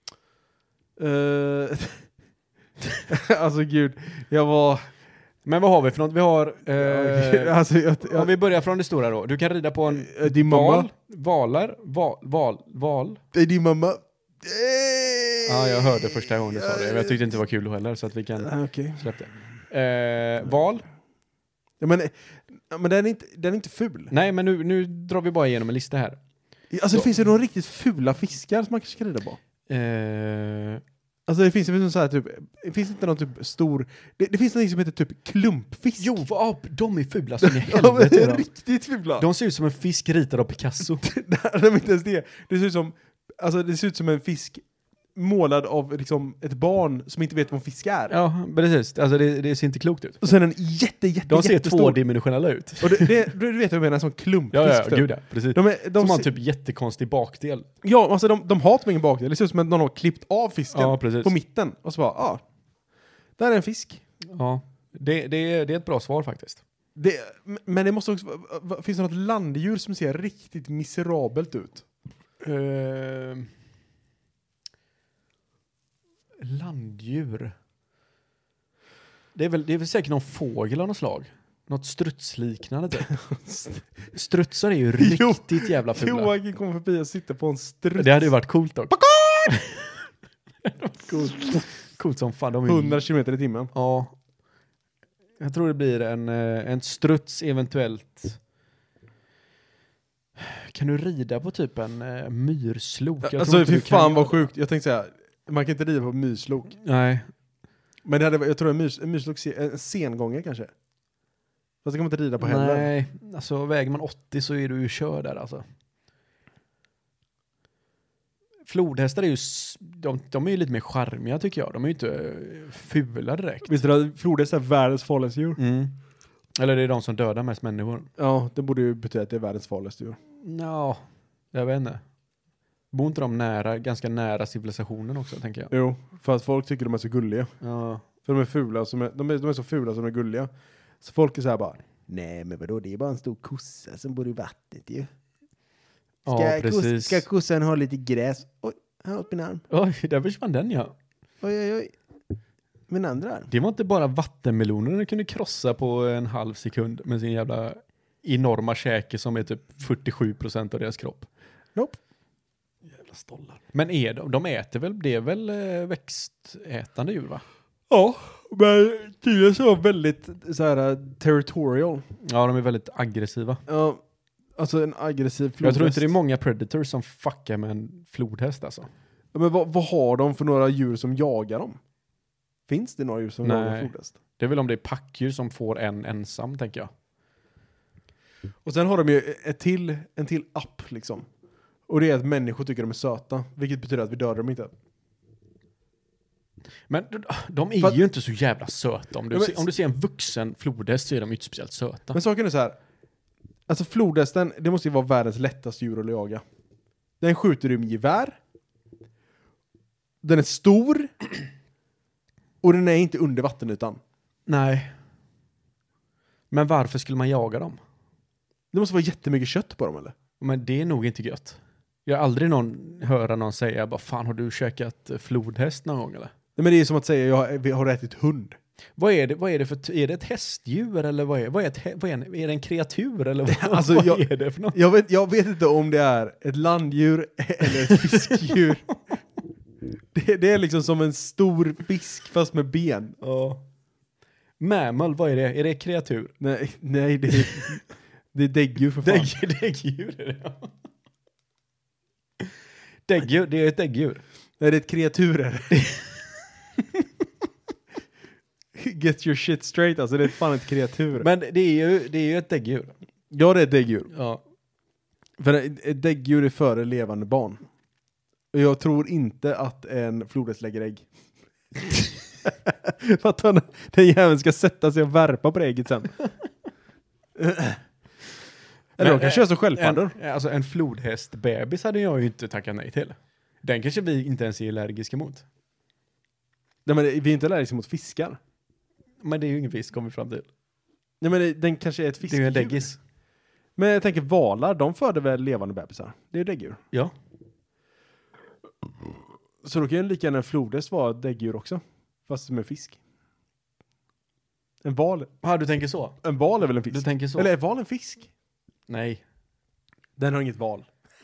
Uh, alltså gud, jag var... Men vad har vi för något? Vi har... Eh, alltså, jag, jag, om vi börjar från det stora då. Du kan rida på en Eh, din mamma? val, valar, val, val, val. Det är din mamma. Ja, jag hörde första gången du sa det. Men jag tyckte inte det var kul heller så att vi kan Ah, okej. släppa det. Eh, val? Ja, men, ja, men den är inte, den är inte ful. Nej, men nu, nu drar vi bara igenom en lista här. Alltså det finns ju några riktigt fula fiskar som man kanske kan rida på. Eh, Alltså det finns ju så här typ, det finns inte någon typ stor, det, det finns något som heter typ klumpfisk. jo, vad, de är fula som i Ja, men helvete. det är då. riktigt fula. De ser ut som en fisk ritad av Picasso. Nej, de är inte ens det. Det ser ut som, alltså det ser ut som en fisk målad av liksom ett barn som inte vet vad en fisk är. Ja, precis. Alltså det, det ser inte klokt ut. Och sen en jätte, jätte, De ser jättestor. tvådimensionella ut. Och det, det, du vet vad jag menar, en sån klumpfisk. Ja, ja, typ. gud ja, precis. De är, de som har en ser- typ jättekonstig bakdel. Ja, alltså de, de har typ ingen bakdel. Det ser ut som att någon har klippt av fisken Ja, precis. på mitten. Och så bara, ja, ah, där är en fisk. Ja, det, det, är, det är ett bra svar faktiskt. Det, men det måste också, va- va- finns det något landdjur som ser riktigt miserabelt ut? Uh, landdjur. Det är, väl, det är väl säkert någon fågel av något slag. Något strutsliknande typ. Strutsar är ju Jo, riktigt jävla fula. Joakim kommer förbi och sitter på en struts. Det hade ju varit coolt dock. coolt. Coolt som fan. De är ju- hundra kilometer i timmen. Ja. Jag tror det blir en, eh, en struts eventuellt. Kan du rida på typ en uh, myrslok? Jag tror Alltså inte fy du kan fan vad göra sjukt. Jag tänkte säga, man kan inte rida på myslok. det. Nej. Men det hade, jag tror en, mys, en myslok, se- en sengångare kanske. Fast det kan man inte rida på heller. Nej, alltså väger man åttio så är du ju kör där alltså. Flodhästar är ju, de, de är ju lite mer charmiga tycker jag. De är ju inte fula direkt. Visst är det att flodhästar är världens farligaste djur? Mm. Eller det är de som dödar mest människor. Ja, det borde ju betyda att det är världens farligaste djur. Ja, jag vet inte. Bor inte de nära, ganska nära civilisationen också, tänker jag? Jo, för att folk tycker de är så gulliga. Ja. För de är fula, som är, de, är, de är så fula som de är gulliga. Så folk är så här bara, nej men vadå, det är bara en stor kossa som bor i vattnet ju. Ska, Ja, precis. Kos, ska kossan ha lite gräs? Oj, här åt min arm. Oj, där försvann den ja. Oj, oj, oj. Min andra arm. Det var inte bara vattenmeloner den kunde krossa på en halv sekund med sin jävla enorma käke som är typ fyrtiosju procent av deras kropp. Nope. Jävla stollar. Men är de, de äter väl, det är väl eh, växtätande djur va? Ja, men tydligen så väldigt så här uh, territorial. Ja, de är väldigt aggressiva. Ja, alltså en aggressiv flodhäst. Jag tror inte det är många predators som fuckar med en flodhäst alltså. Ja, men vad, vad har de för några djur som jagar dem? Finns det några djur som Nej. jagar flodhäst? Det är väl om det är packdjur som får en ensam, tänker jag. Och sen har de ju ett till, en till app liksom. Och det är att människor tycker de är söta. Vilket betyder att vi dödar dem inte. Men de är För, ju inte så jävla söta. Om du, ja, men, ser, om du ser en vuxen flodhäst så är de ju inte speciellt söta. Men saken är så här. Alltså flodhästen, det måste ju vara världens lättaste djur att jaga. Den skjuter du med gevär. Den är stor. Och den är inte under vattenytan. Nej. Men varför skulle man jaga dem? Det måste vara jättemycket kött på dem eller? Men det är nog inte gött. Jag har aldrig någon, höra någon säga bara fan har du käkat flodhäst någon gång eller? Nej, men det är som att säga jag har, vi har ätit hund. Vad är det, vad är det för, är det ett hästdjur eller vad är, vad är, ett, vad är, en, är det en kreatur eller vad, Alltså, vad jag, är det för något? Jag vet, jag vet inte om det är ett landdjur eller ett fiskdjur. det, det är liksom som en stor fisk fast med ben. Ja. Mammal, vad är det? Är det kreatur? Nej, nej det, är, det är däggdjur för fan. Dägg, däggdjur är det. Däggdjur, det är ett däggdjur. Nej, det är ett kreaturer. Get your shit straight, alltså det är fan ett kreatur. Men det är ju, det är ju ett däggdjur. Ja, det är ett däggdjur. Ja. För ett däggdjur är före levande barn. Och jag tror inte att en flodhäst lägger ägg. För att den, den jäveln ska sätta sig och värpa på det ägget sen. Eller de kan köra som sköldpaddor. En, alltså en flodhästbebis hade jag ju inte tackat nej till. Den kanske vi inte ens är allergiska mot. Nej, men vi är inte allergiska mot fiskar. Men det är ju ingen fisk kommer fram till. Nej, men det, den kanske är ett fiskdjur. Det är ju en däggis. Men jag tänker valar, de föder väl levande bebisar? Det är däggdjur. Ja. Så då kan ju lika gärna en flodhäst vara ett däggdjur också. Fast som en fisk. En val. Ja, du tänker så? En val är väl en fisk? Du tänker så? Eller är val en fisk? Nej. Den har inget val.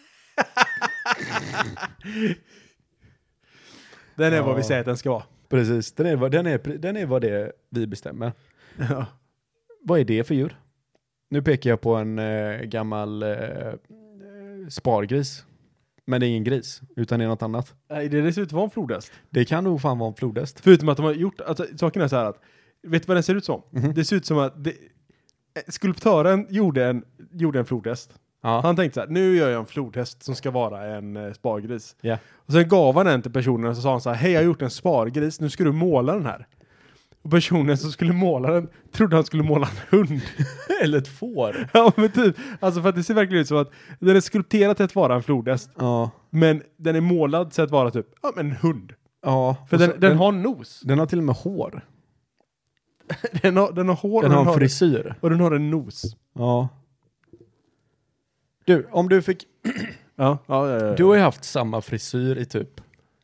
Den är Ja. vad vi säger att den ska vara. Precis, den är, vad- den, är, den är vad det är vi bestämmer. Ja. Vad är det för djur? Nu pekar jag på en eh, gammal eh, spargris. Men det är ingen gris, utan det är något annat. Nej, det ser ut att vara en flodhäst. Det kan nog fan vara en flodhäst. Förutom att de har gjort, alltså, saken är så här att, vet du vad den ser ut som? Mhm. Det ser ut som att det, skulptören gjorde en, gjorde en flodhäst. Ja. Han tänkte så här, nu gör jag en flodhäst som ska vara en eh, spargris. Ja. Och sen gav han den till personen och så sa han så här, hej jag har gjort en spargris, nu ska du måla den här. Och personen som skulle måla den trodde han skulle måla en hund. Eller ett får. Ja men typ, alltså för att det ser verkligen ut som att den är skulpterad till att vara en flodhäst. Ja. Men den är målad till att vara typ, ja men en hund. Ja. För Och den, så- den har nos. den har till och med hår. Den har, den har hår Den och, har den en frisyr. och den har en nos. Ja. Du, om du fick... Ja, ja, ja, ja. Du har ju haft samma frisyr i typ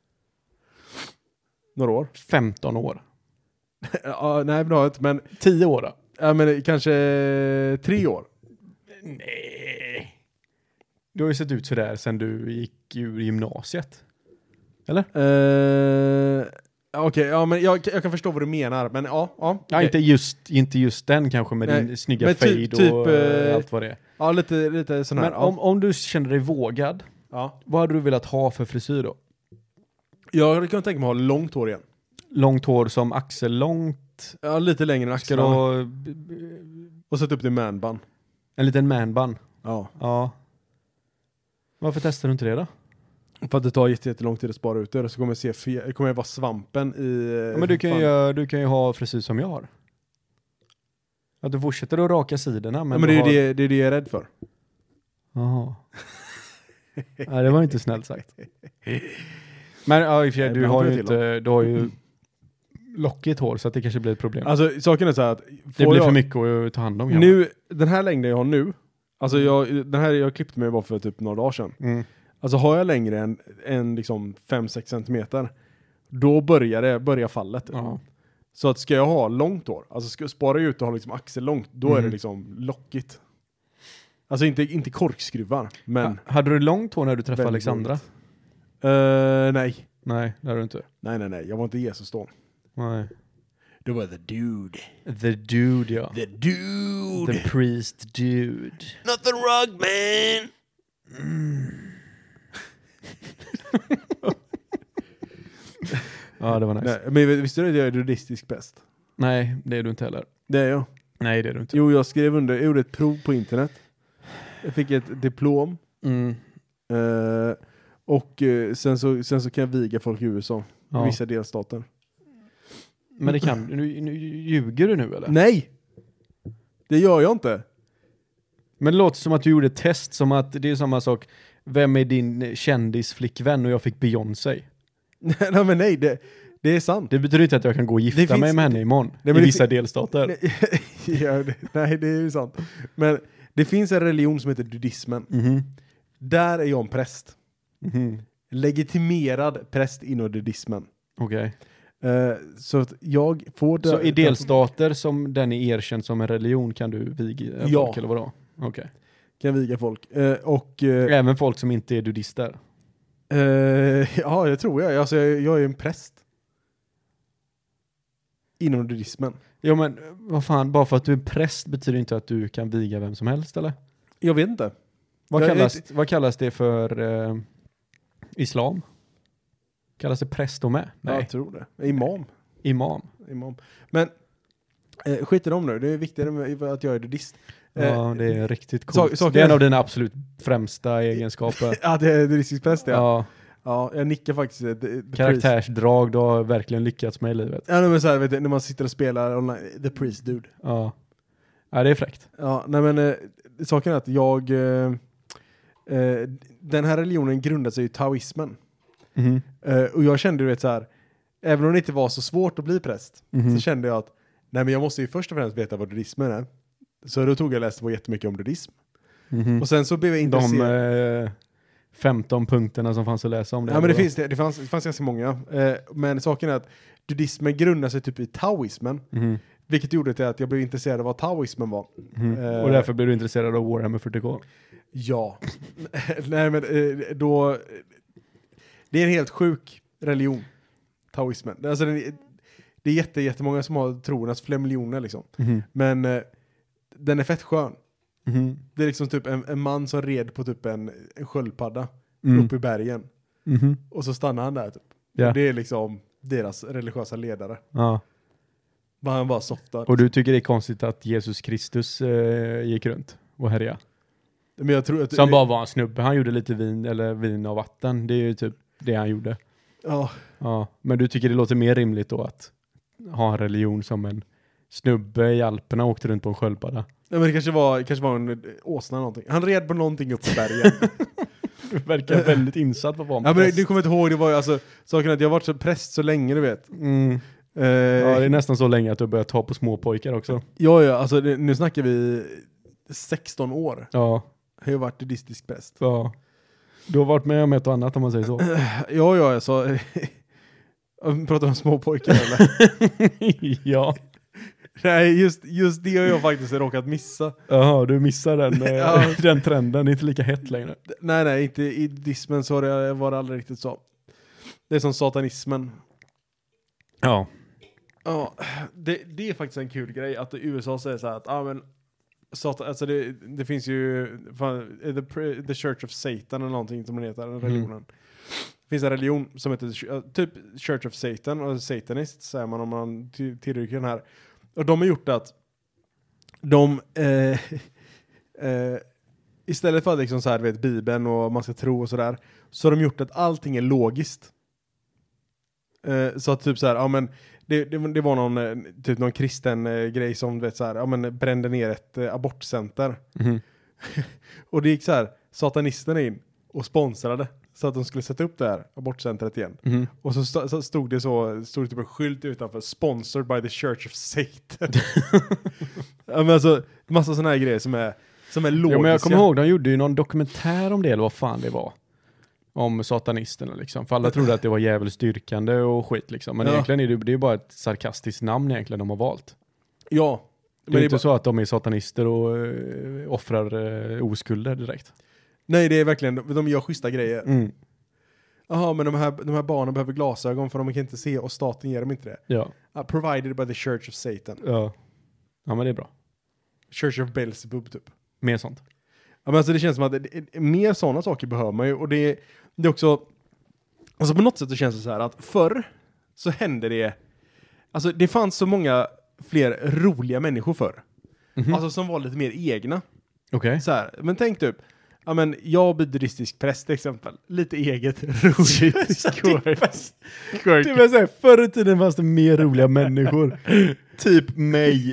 Några år. femton år. Ja, nej, men det har jag inte, men, tio år då? ja, men kanske tre år. Nej. Du har ju sett ut sådär sen du gick ur gymnasiet. Eller? Uh, Okej, okay, ja, men jag, jag kan förstå vad du menar, men ja. Ja, Ja, okej. inte just, inte just den kanske med Nej, din snygga men fade typ- typ, och eh, allt vad det är. Ja, lite, lite sån här. Men om, om du kände dig vågad, ja. vad hade du velat ha för frisyr då? Jag hade kunnat tänka mig att ha långt hår igen. Långt hår som axellångt? Ja, lite längre än Ska axlarna. du b- b- Och sätta upp det i manbun. En liten manbun. Ja. Ja. Varför testar du inte det då? För att det tar jättelång tid att spara ut det. Så kommer jag se fe- kommer jag vara svampen i... Ja, men du kan, ju, du kan ju ha frisyr som jag har. Att du fortsätter att raka sidorna. Men, ja, men det är ju har... det, det är det jag är rädd för. Jaha. Nej, det var inte snällt sagt. Men ja, i och för sig, du har ju inte, du har ju lockigt hår så att det kanske blir ett problem. Alltså saken är så här att... Det blir jag, för mycket att ta hand om. Nu, den här längden jag har nu, alltså jag, den här jag klippte mig bara för typ några dagar sedan. Mm. Alltså har jag längre än, än liksom fem sex centimeter, då börjar det, börjar fallet. Ja. Så att ska jag ha långt hår, alltså ska jag spara ut och ha liksom axel långt, då Mm. är det liksom lockigt. Alltså inte, inte korkskruvar, men... Ha, hade du långt hår när du träffade Alexandra? Uh, nej. Nej, det hade du inte. Nej, nej, nej. Jag var inte Jesus då. Nej. Det var the dude. The dude, ja. The dude. The priest dude. Not the rug man. Mm. Ja, det var nice. Nej, men visste du att jag är nudistisk präst? Nej, det är du inte heller. Det är jag. Nej, det är du inte. Jo, jag skrev under. Jag gjorde ett prov på internet. Jag fick ett diplom. Mm. Uh, och uh, sen, så, sen så kan jag viga folk i U S A. Ja. Vissa delstater. Men det kan nu, nu ljuger du nu eller? Nej! Det gör jag inte. Men det låter som att du gjorde ett test, som att det är samma sak. Vem är din kändisflickvän? Och jag fick Beyoncé. Nej, men nej, det, det är sant. Det betyder inte att jag kan gå och gifta finns, mig med henne imorgon. Nej, I det vissa fin- delstater. Nej, ja, det, nej, det är ju sant. Men det finns en religion som heter nudismen. Mhm. Där är jag en präst. Mhm. Legitimerad präst inom nudismen. Okej. Uh, så att jag får... Så det, i delstater som den är erkänd som en religion kan du viga Ja. folk eller vadå? Okej. Kan viga folk. Uh, och... Uh, Även folk som inte är nudister? uh, ja, det tror jag. Alltså, jag, jag är en präst. Inom nudismen. Jo men vad fan, bara för att du är präst betyder inte att du kan viga vem som helst eller? Jag vet inte. Vad, Jag kallas, vet- vad kallas det för eh, islam? Kallas det präst och med? Nej. Nej, Jag tror det. Imam. imam. Imam. Men eh, skit i dem nu. Det är viktigare med att jag är nudist. Eh, Ja, det är riktigt så- coolt. saker- det är en av dina absolut främsta egenskaper. ja, det är nudistisk präst, ja. Ja, Ja, jag nickar faktiskt. eh, the- the priest. karaktärsdrag, du har verkligen lyckats med i livet. Ja, nej, men så här, vet du, när man sitter och spelar online, the priest dude. Ja, ja det är fräckt. Ja, nej men eh, saken är att jag... Eh, eh, den här religionen grundar sig i taoismen. Mhm. Eh, och jag kände, du vet så här, även om det inte var så svårt att bli präst, Mhm. så kände jag att nej, men jag måste ju först och främst veta vad nudismen är. Så då tog jag och läste på jättemycket om nudism. Mhm. Och sen så blev jag intresserad. De eh, femton punkterna som fanns att läsa om det. Ja, men det eller finns, det, det, fanns, det fanns ganska många. Eh, men saken är att nudismen grundar sig typ i taoismen. vad? Mhm. Vilket gjorde till att jag blev intresserad av vad taoismen var. Mhm. Eh, Och därför blev du intresserad av Warhammer fyrtio K. Ja. Nej, men eh, då... Det är en helt sjuk religion. Taoismen. Alltså, den är, det är jätte, jättemånga som har tron, alltså flera miljoner liksom. Mhm. Men eh, den är fett skön. Mhm. Det är liksom typ en, en man som red på typ en, en sköldpadda Mm. uppe i bergen. Mhm. Och så stannar han där typ. Ja. Och det är liksom deras religiösa ledare. Ja. Bara han bara softar. Och du tycker det är konstigt att Jesus Kristus eh, gick runt och härjade? Men jag tror att... Som bara var en snubbe. Han gjorde lite vin eller vin och vatten. Det är ju typ det han gjorde. Ja. Ja. Men du tycker det låter mer rimligt då att ha en religion som en snubbe i Alperna åkte runt på en sköldpadda? Ja, men det kanske var, kanske var en eh, åsna eller någonting. Han red på någonting upp i bergen. Du verkar väldigt insatt på vad Ja, men du kommer inte ihåg, det var ju alltså saken att jag har varit så präst så länge, du vet. Mm. Eh, Ja, det är nästan så länge att du börjar ta på små pojkar också. ja, ja, alltså det, nu snackar vi sexton år. Ja, Har jag varit nudistisk präst. ja. Du har varit med om ett och annat om man säger så. Ja, ja, jag sa... Pratar om små pojkar eller? Ja. Nej, just, just det har jag faktiskt råkat missa. Jaha, du missar den, eh, Ja. den trenden. Det är inte lika hett längre. Nej, nej, inte i dismen så har det, var det aldrig riktigt så. Det är som satanismen. Ja. Ja, det, det är faktiskt en kul grej att U S A säger så här att ah, men, satan, alltså det, det finns ju fan, the, the Church of Satan eller någonting som den heter, den religionen. Mm. Det finns en religion som heter typ Church of Satan och Satanist säger man om man tillrycker den här. Och de har gjort att de eh, eh, istället för att liksom så här, vet, Bibeln och man ska tro och sådär, så har de gjort att allting är logiskt. Eh, så att typ så här, ja men det, det, det var någon eh, typ någon kristen eh, grej som vet så här, ja men brände ner ett eh, abortcenter. Mm. Och det gick så här, satanisterna in och sponsrade så att de skulle sätta upp det här abortcentret igen. Mm. Och så, st- så stod det så stod det typ en skylt utanför, sponsored by the Church of Satan. Ja, men alltså massa såna här grejer som är som är logiska. Ja, men jag kommer ihåg, de gjorde ju någon dokumentär om det, eller vad fan det var. Om satanisterna liksom. För alla trodde att det var djävulsdyrkande och skit liksom. Men ja. egentligen är det, det är bara ett sarkastiskt namn egentligen de har valt. Ja. Det är men inte det är så att de är satanister och uh, offrar uh, oskulder direkt. Nej, det är verkligen, de, de gör schyssta grejer. Mm. Jaha, men de här, de här barnen behöver glasögon för de kan inte se och staten ger dem inte det. Ja. Uh, provided by the Church of Satan. Ja. Ja, men det är bra. Church of Beelzebub typ. Mer sånt. Ja, men alltså det känns som att det, det, mer sådana saker behöver man ju. Och det, det är också, alltså på något sätt så känns det så här att förr så hände det, alltså det fanns så många fler roliga människor förr. Mm-hmm. Alltså som var lite mer egna. Okej. Okay. Så här, men tänk typ, ja men jag blir buddhistisk präst till exempel. Lite eget roligt. Skörk. Det vill säga, förr i tiden fanns det mer roliga människor. Typ mig.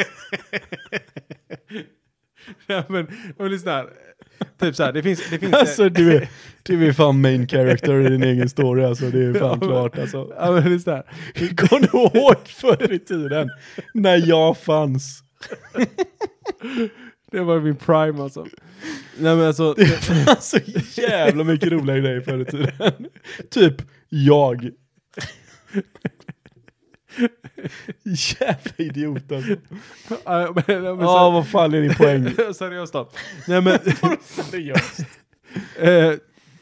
Ja, men, men lyssna här. Typ så här, det finns... Det finns alltså du är, du är fan main character i din egen story, alltså det är fan ja, men, klart alltså. Ja men lyssna här. Går du ihåg förr i tiden när jag fanns? Det var min prime alltså. Nej men alltså... Det fanns så jävla mycket roliga grejer förr i tiden. Typ jag. Jävla idiot alltså. Ja, men, men, ja, vad fan är din poäng? Seriöst då. Nej men... Seriöst. eh,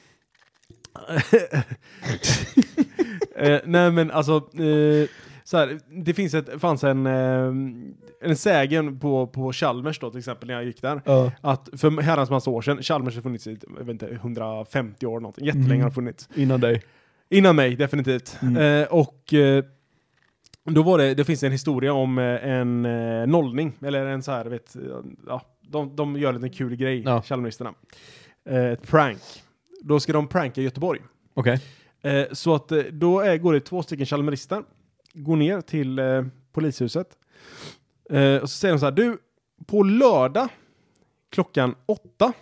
eh, nej men alltså... Eh, så här, det finns ett, fanns en, eh, en sägen på, på Chalmers då till exempel när jag gick där. Uh. Att för herrans massa år sedan, Chalmers har funnits i jag vet inte, hundrafemtio år någonting. Jättelänge mm. har funnits. Innan dig. Innan mig, definitivt. Mm. Eh, och eh, då var det, det finns en historia om eh, en eh, nollning. Eller en så här, vet, ja, de, de gör en liten kul grej, ja. Chalmeristerna. Eh, ett prank. Då ska de pranka Göteborg. Okej. Okay. Eh, så att eh, då är, går det två stycken Chalmerister. Går ner till eh, polishuset. Eh, och så säger de så här, du, på lördag klockan åtta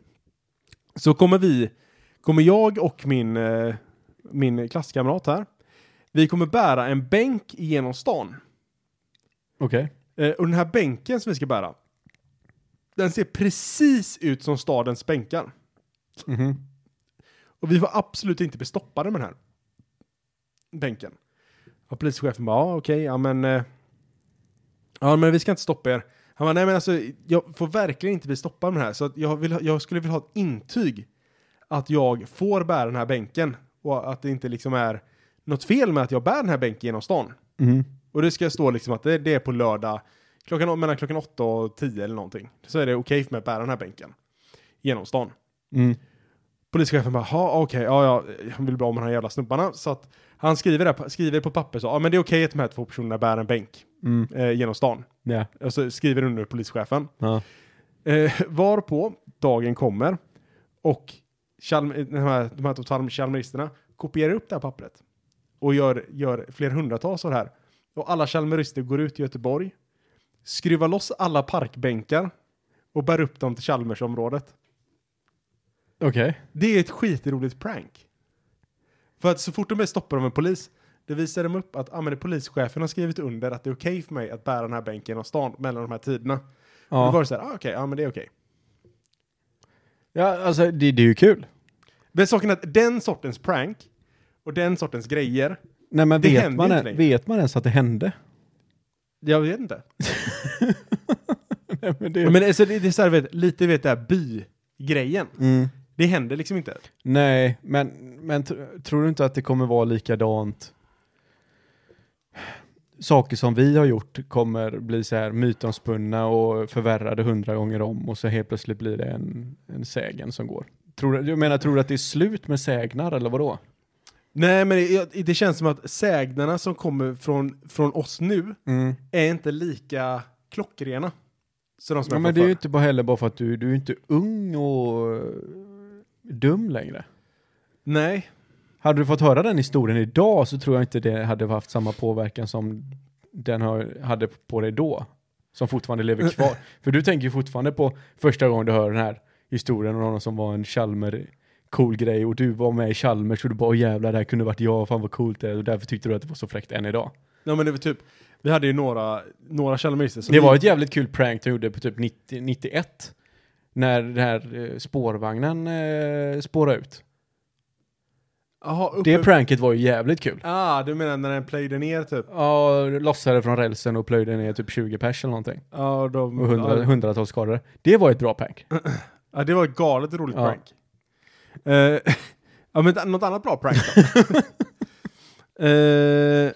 så kommer vi, kommer jag och min, eh, min klasskamrat här, vi kommer bära en bänk genom stan. Okej. Okay. Eh, och den här bänken som vi ska bära, den ser precis ut som stadens bänkar. Mhm. Och vi får absolut inte bli stoppade med den här bänken. Och polischefen bara, ja okej, okay, ja men eh, ja men vi ska inte stoppa er. Han bara, nej men alltså jag får verkligen inte bli stoppad med det här. Så att jag, vill, jag skulle vilja ha ett intyg att jag får bära den här bänken. Och att det inte liksom är något fel med att jag bär den här bänken genom stan. Mm. Och det ska stå liksom att det, det är på lördag klockan, mellan klockan åtta och tio eller någonting. Så är det okej för mig att bära den här bänken genom stan. Mm. Polischefen bara, ja okej, ja, ja, han vill bli av med de här jävla snubbarna. Så att han skriver, det, skriver på papper så, ja men det är okej att de här två personerna bär en bänk mm. eh, genom stan. Yeah. Och så skriver under polischefen. Ja. Eh, varpå dagen kommer och Chalm- de här, de här två chalmeristerna kopierar upp det här pappret och gör, gör fler hundratals av det här. Och alla chalmerister går ut i Göteborg, skruvar loss alla parkbänkar och bär upp dem till Chalmersområdet. Okej. Okay. Det är ett skitroligt prank. För att så fort de är stoppade av en polis, det visar de upp att ah, men polischefen har skrivit under att det är okej okay för mig att bära den här bänken av stan mellan de här tiderna. Ja. Och då var det så här, ah, okej, okay, ja men det är okej. Okay. Ja, alltså det, det är ju kul. Men saken är att den sortens prank och den sortens grejer, nej men det vet händer man, inte en, längre. vet man ens att det hände? Jag vet inte. nej, men det, men alltså, det, det är så här, vet, lite vet det här by-grejen. Mm. Det händer liksom inte. Nej, men, men tr- tror du inte att det kommer vara likadant? Saker som vi har gjort kommer bli så här mytomspunna och förvärrade hundra gånger om och så helt plötsligt blir det en, en sägen som går. Tror du, jag menar, tror du att det är slut med sägnar eller vadå? Nej, men det, det känns som att sägnerna som kommer från, från oss nu mm. är inte lika klockrena. Så de som Ja, jag men får det är för. ju inte bara heller bara för att du, du är inte ung och uh, dum längre. Nej. Hade du fått höra den historien idag så tror jag inte det hade haft samma påverkan som den har, hade på dig då. Som fortfarande lever kvar. För du tänker ju fortfarande på första gången du hör den här historien om någon som var en Chalmer cool grej och du var med i Chalmers och du bara, jävlar, det här kunde varit jag, fan vad coolt det är. Och därför tyckte du att det var så fräckt än idag. Ja, men det var typ, vi hade ju några, några Chalmerister. Det var ett jävligt kul prank du gjorde på typ nittio, nittioett. När den här eh, spårvagnen eh, spårade ut. Aha, uppe... Det pranket var ju jävligt kul. Ah, du menar när den plöjde ner typ? Ja, lossade från rälsen och plöjde ner typ tjugo pers eller någonting. Ja, de... Och hundra, ja. hundratals skador. Det var ett bra prank. Ja, det var ett galet roligt Ja. prank. Uh, ja, men något annat bra prank då? uh,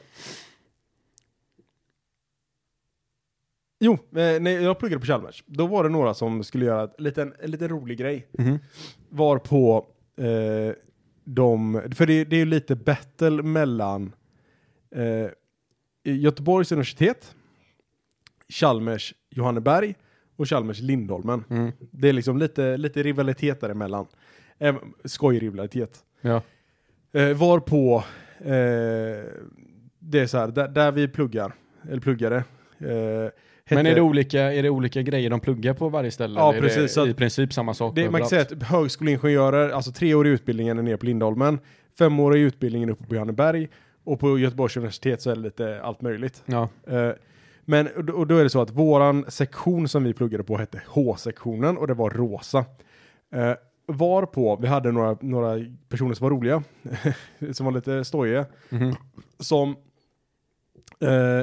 jo, eh, när jag pluggade på Chalmers, då var det några som skulle göra en liten, en liten rolig grej. Mm-hmm. Var på eh, de, för det, det är ju lite battle mellan eh, Göteborgs universitet, Chalmers Johanneberg och Chalmers Lindholmen. Mm. Det är liksom lite, lite rivalitet däremellan. Eh, skojrivalitet. Ja. Eh, var på eh, det är så här, där, där vi pluggar, eller pluggade. Eh, Men hette- är det, olika, är det olika grejer de pluggar på varje ställe? Ja, eller precis, Är så det att- i princip samma sak Det, man kan överallt? säga att högskoleingenjörer, alltså treårig utbildningen är nere på Lindholmen, femårig utbildningen uppe på Johanneberg och på Göteborgs universitet så är det lite allt möjligt. Ja. Eh, men och då, och då är det så att våran sektion som vi pluggade på hette H-sektionen och det var rosa. Eh, var på, vi hade några, några personer som var roliga, som var lite stojiga, Mhm. som eh,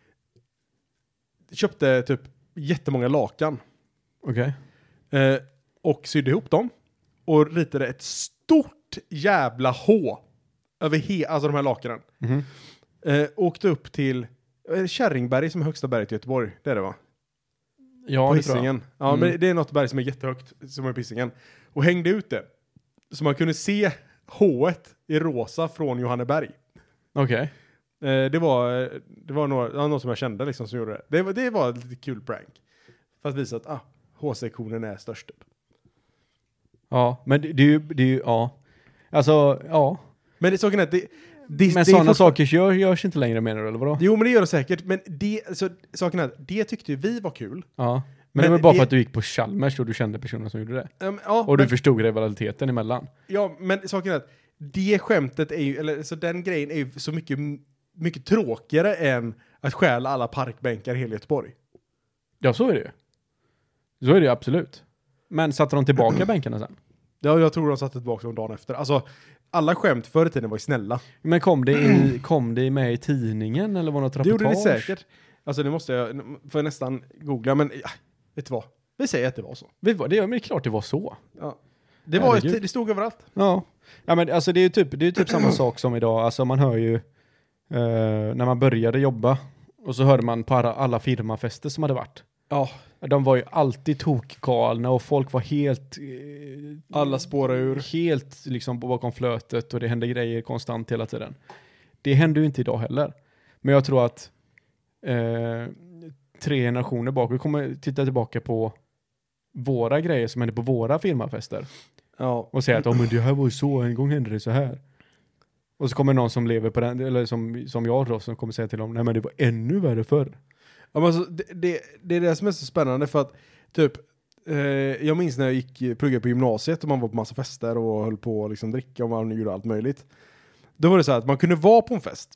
köpte typ jättemånga lakan. Okej. Eh, och sydde ihop dem och ritade ett stort jävla H över he- alltså de här lakanen. Mhm. Eh, åkte upp till eh, Kärringberg som är högsta berget i Göteborg. Det är det va? Ja, På det tror jag. Hisingen. Ja, Mm. men det är något berg som är jättehögt som är på Hisingen. Och hängde ut det. Så man kunde se H-et i rosa från Johanneberg. Okej. Eh, det var, eh, det var några, ja, någon som jag kände liksom som gjorde det. Det var, det var ett lite kul prank. För att visa att ah, H-sektionen är störst. Typ. Ja, men det, det är ju, det är ju, ja. Alltså, ja. Men det, saken är att det, det, Men det är sådana fortfar- saker gör, görs inte längre menar du, eller vadå? Jo, men det gör det säkert. Men det, alltså, saken är att det tyckte ju vi var kul. Ja. Men, Men det var bara det- för att du gick på Chalmers och du kände personer som gjorde det. Um, ja, Och du men, förstod rivaliteten emellan. ja, men saken är att det skämtet är ju, eller så den grejen är ju så mycket, mycket tråkigare än att stjäla alla parkbänkar i hela Göteborg. Ja, så är det ju. Så är det ju absolut. Men satte de tillbaka bänkarna sen? Ja, jag tror de satte tillbaka dem dagen efter. Alltså, alla skämt förr i tiden var ju snälla. Men kom det, i, kom det med i tidningen eller var det något Det reportage? gjorde det säkert. Alltså, det måste jag, får jag nästan googla, men ja, vet du vad? Vi säger att det var så. Det var, det, men det är klart det var så. Ja. Det, var Herregud. ett, det stod överallt. Ja. Ja, men alltså det är ju typ, det är ju typ samma sak som idag. Alltså man hör ju eh, när man började jobba och så hörde man på alla, alla firmafester som hade varit. Ja. De var ju alltid tokgalna och folk var helt eh, Alla spårar ur. helt liksom bakom flötet och det hände grejer konstant hela tiden. Det händer ju inte idag heller. Men jag tror att eh, tre generationer bak, vi kommer titta tillbaka på våra grejer som hände på våra firmafester Ja. och säga att oh, men det här var ju så, en gång hände det så här. Och så kommer någon som lever på den, eller som, som jag då, som kommer säga till dem, nej men det var ännu värre förr. Ja, men alltså, det, det, det är det som är så spännande för att typ eh, jag minns när jag gick pluggade på gymnasiet och man var på massa fester och höll på att liksom dricka och man gjorde allt möjligt. Då var det så här att man kunde vara på en fest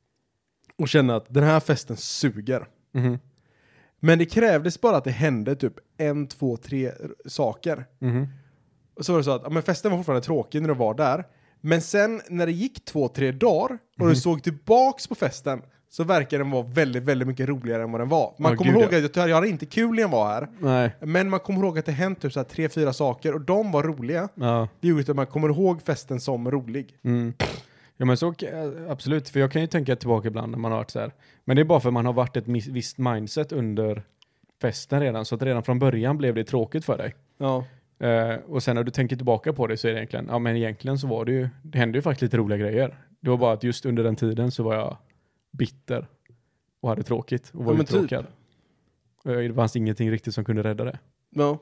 och känna att den här festen suger. Mhm. Men det krävdes bara att det hände typ en, två, tre saker. Mhm. Och så var det så att ja, men festen var fortfarande tråkig när du var där. Men sen när det gick två, tre dagar och Mhm. du såg tillbaks på festen så verkar den vara väldigt, väldigt mycket roligare än vad den var. Man Ja, kommer gud, ihåg att jag, jag hade inte kul när jag var här. Nej. Men man kommer ihåg att det hänt typ så här tre, fyra saker och de var roliga. Ja. Det gjorde att man kommer ihåg festen som rolig. Mm. Ja men så absolut, för jag kan ju tänka tillbaka ibland när man har varit så här. Men det är bara för att man har varit ett mis- visst mindset under festen redan, så att redan från början blev det tråkigt för dig. Ja. Eh, och sen när du tänker tillbaka på det så är det egentligen, ja men egentligen så var det ju, det hände ju faktiskt lite roliga grejer. Det var bara att just under den tiden så var jag bitter och hade tråkigt och var Ja, men uttråkad. typ. Det fanns ingenting riktigt som kunde rädda det. Ja.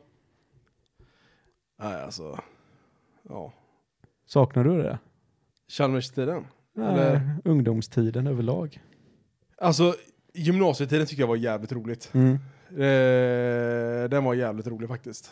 Nej, alltså. Ja. Saknar du det? Chalmers-tiden? Nej, Eller? ungdomstiden överlag. Alltså, gymnasietiden tycker jag var jävligt roligt. Mm. Eh, den var jävligt rolig faktiskt.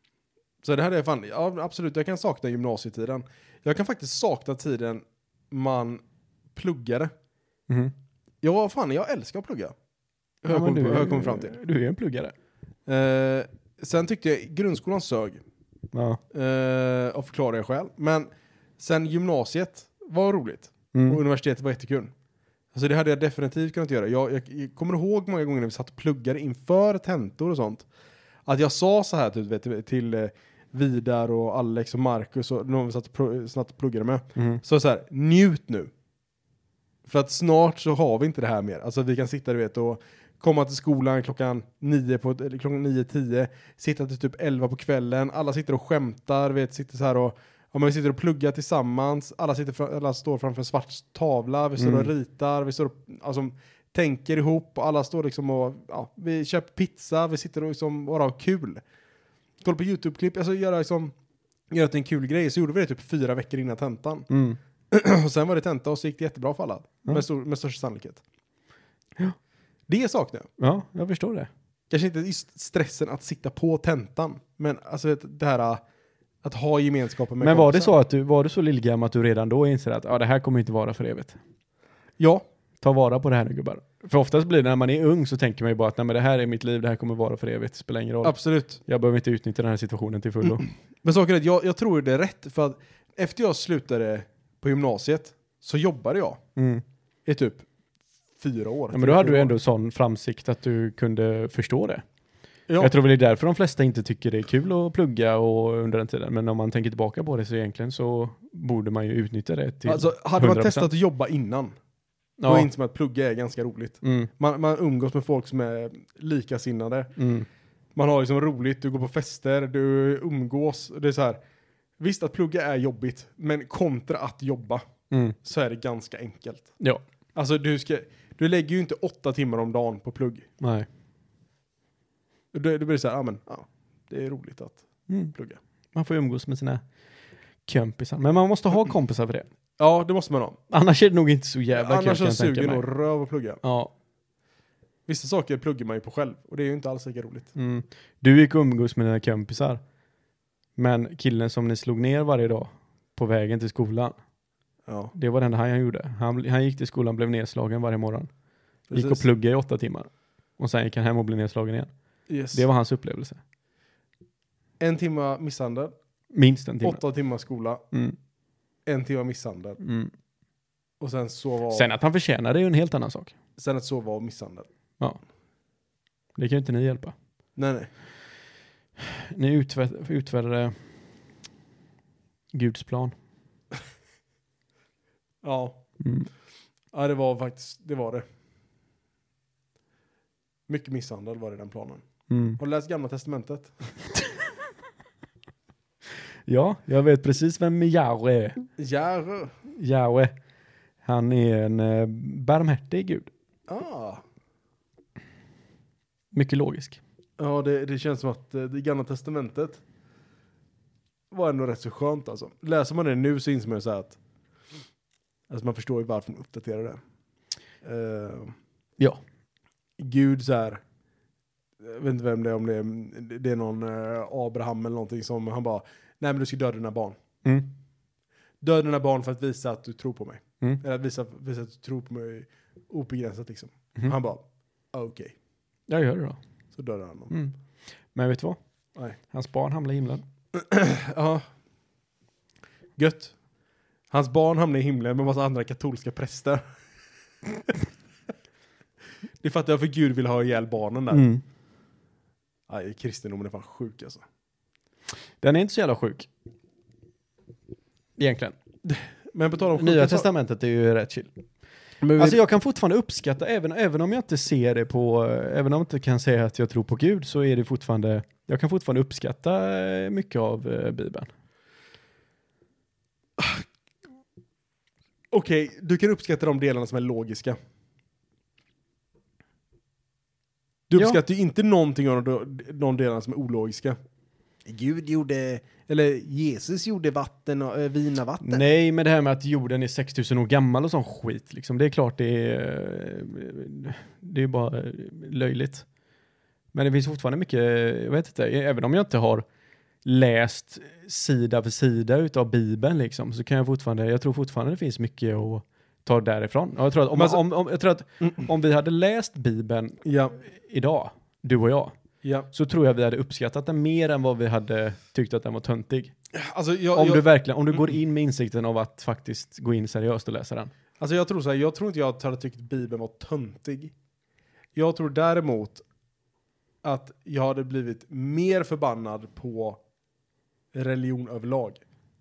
Så det här är fan, ja, absolut, jag kan sakna gymnasietiden. Jag kan faktiskt sakna tiden man pluggade. Mm. Ja, fan, jag älskar att plugga. Hur Ja, jag kom, du, hur jag kom fram till. Du är en pluggare. Eh, sen tyckte jag grundskolan sög. Ja. Eh, och förklara det själv. Men sen gymnasiet var roligt. Mm. Och universitetet var jättekul. Alltså det hade jag definitivt kunnat göra. Jag, jag, jag kommer ihåg många gånger när vi satt och pluggade inför tentor och sånt. Att jag sa så här typ, vet, till eh, Vidar och Alex och Marcus och någon vi satt och, pro, satt och pluggade med. Mm. Så så här, njut nu. För att snart så har vi inte det här mer. Alltså vi kan sitta, du vet, och komma till skolan klockan nio på eller klockan nio tio, sitta till typ elva på kvällen. Alla sitter och skämtar, vet, sitter så här och ja, men vi sitter och pluggar tillsammans. Alla sitter fra, alla står framför en svart tavla, vi står Mm. och ritar, vi står och alltså, tänker ihop och alla står liksom och ja, vi köper pizza, vi sitter och liksom bara har kul. Kolla på YouTube-klipp, alltså göra liksom göra till en kul grej. Så gjorde vi det typ fyra veckor innan tentan. Mm. Och sen var det tenta och så gick det jättebra för alla. Ja. Med, stor, med största sannolikhet. Ja. Det saknar jag. Ja, jag förstår det. Kanske inte just stressen att sitta på tentan. Men alltså vet, det här att ha gemenskapen med Men var det kompisar. så att du var du så lillgammal att du redan då inser att ja, det här kommer inte vara för evigt? Ja. Ta vara på det här nu, gubbar. För oftast blir det när man är ung så tänker man ju bara att nej, men det här är mitt liv, det här kommer vara för evigt. Det spelar ingen roll. Absolut. Jag behöver inte utnyttja den här situationen till fullo. Men saken är att jag, jag tror det är rätt. För att efter jag slutade på gymnasiet så jobbade jag Mm. i typ fyra år. Ja, men då hade fyra du år. ändå sån framsikt att du kunde förstå det. Ja. Jag tror väl det är därför de flesta inte tycker det är kul att plugga och under den tiden. Men om man tänker tillbaka på det så egentligen så borde man ju utnyttja det till Alltså hade man hundra procent. testat att jobba innan. Då Ja. inser man att plugga är ganska roligt. Mm. Man, man umgås med folk som är likasinnade. Mm. Man har liksom roligt, du går på fester, du umgås. Det är så här. Visst att plugga är jobbigt, men kontra att jobba Mm. så är det ganska enkelt. Ja. Alltså du ska, du lägger ju inte åtta timmar om dagen på plugg. Nej. Då, då blir det så här, ja men ja, det är roligt att Mm. plugga. Man får umgås med sina kompisar. Men man måste ha kompisar för det. Ja, det måste man ha. Annars är det nog inte så jävla kul, Annars kan så jag tänka suger mig. nog röv att plugga. Ja. Vissa saker pluggar man ju på själv och det är ju inte alls lika roligt. Mm. Du gick och umgås med dina kompisar. Men killen som ni slog ner varje dag på vägen till skolan. Ja, Det var den han gjorde. Han, han gick till skolan, blev nedslagen varje morgon. Gick och precis. pluggade i åtta timmar. Och sen gick han hem och blev nedslagen igen. Yes. Det var hans upplevelse. En timma misshandel, Minst en timme. åtta timmar skola, Mm. en timma misshandel Mm. och sen sova av, Sen att han förtjänar det är ju en helt annan sak. sen att sova av misshandel. Ja. Det kan ju inte ni hjälpa. Nej, nej. Ni utfär- utfärdade Guds plan. Ja. Mm. Ja, det var faktiskt, det var det. Mycket misshandel var det den planen. Mm. Har du läst Gamla Testamentet? Ja, jag vet precis vem Jahwe är. Järö. Jahwe. Han är en eh, barmhärtig gud. Ah. Mycket logisk. Ja, det, det känns som att eh, det Gamla Testamentet var ändå rätt så skönt alltså. Läser man det nu så inser man ju så här att alltså man förstår ju varför de uppdaterar det. Uh, Ja. Gud så här, jag vet inte vem det är, om det är, det är någon uh, Abraham eller någonting som han bara, nej men du ska döda dina barn. Mm. Döda dina barn för att visa att du tror på mig. Mm. Eller att visa, visa att du tror på mig obegränsat liksom. Mm. Han bara, okej. Okay. Jag gör det då. Så dödade han dem. Mm. Men vet du vad? Nej. Hans barn hamnar i himlen. Ja. Gött. Hans barn hamnar i himlen med massa andra katolska präster. Det fattar jag för Gud vill ha ihjäl barnen där. Mm. Nej, kristendomen är fan sjuk alltså. Den är inte så jävla sjuk. Egentligen. Men på tal om Nya sjuka testamentet är ju rätt chill. Men Alltså jag kan fortfarande uppskatta, även, även om jag inte ser det på, även om jag inte kan säga att jag tror på Gud, så är det fortfarande, jag kan fortfarande uppskatta eh, mycket av eh, Bibeln. Okej, du kan uppskatta de delarna som är logiska. Du uppskattar ju inte någonting av de, de delarna som är ologiska. Gud gjorde, eller Jesus gjorde vatten och äh, vina vatten. Nej, men det här med att jorden är sex tusen år gammal och sån skit. Liksom, det är klart det är, det är bara löjligt. Men det finns fortfarande mycket, jag vet inte, även om jag inte har läst sida för sida utav Bibeln liksom, så kan jag fortfarande, jag tror fortfarande det finns mycket att ta därifrån. Och jag tror att om, alltså, om, om, jag tror att mm. om vi hade läst Bibeln ja. idag, du och jag, ja. så tror jag vi hade uppskattat den mer än vad vi hade tyckt att den var töntig. Alltså, jag, om jag, du verkligen, om du mm. går in med insikten av att faktiskt gå in seriöst och läsa den. Alltså jag tror så här, jag tror inte jag hade tyckt Bibeln var töntig. Jag tror däremot att jag hade blivit mer förbannad på religion överlag.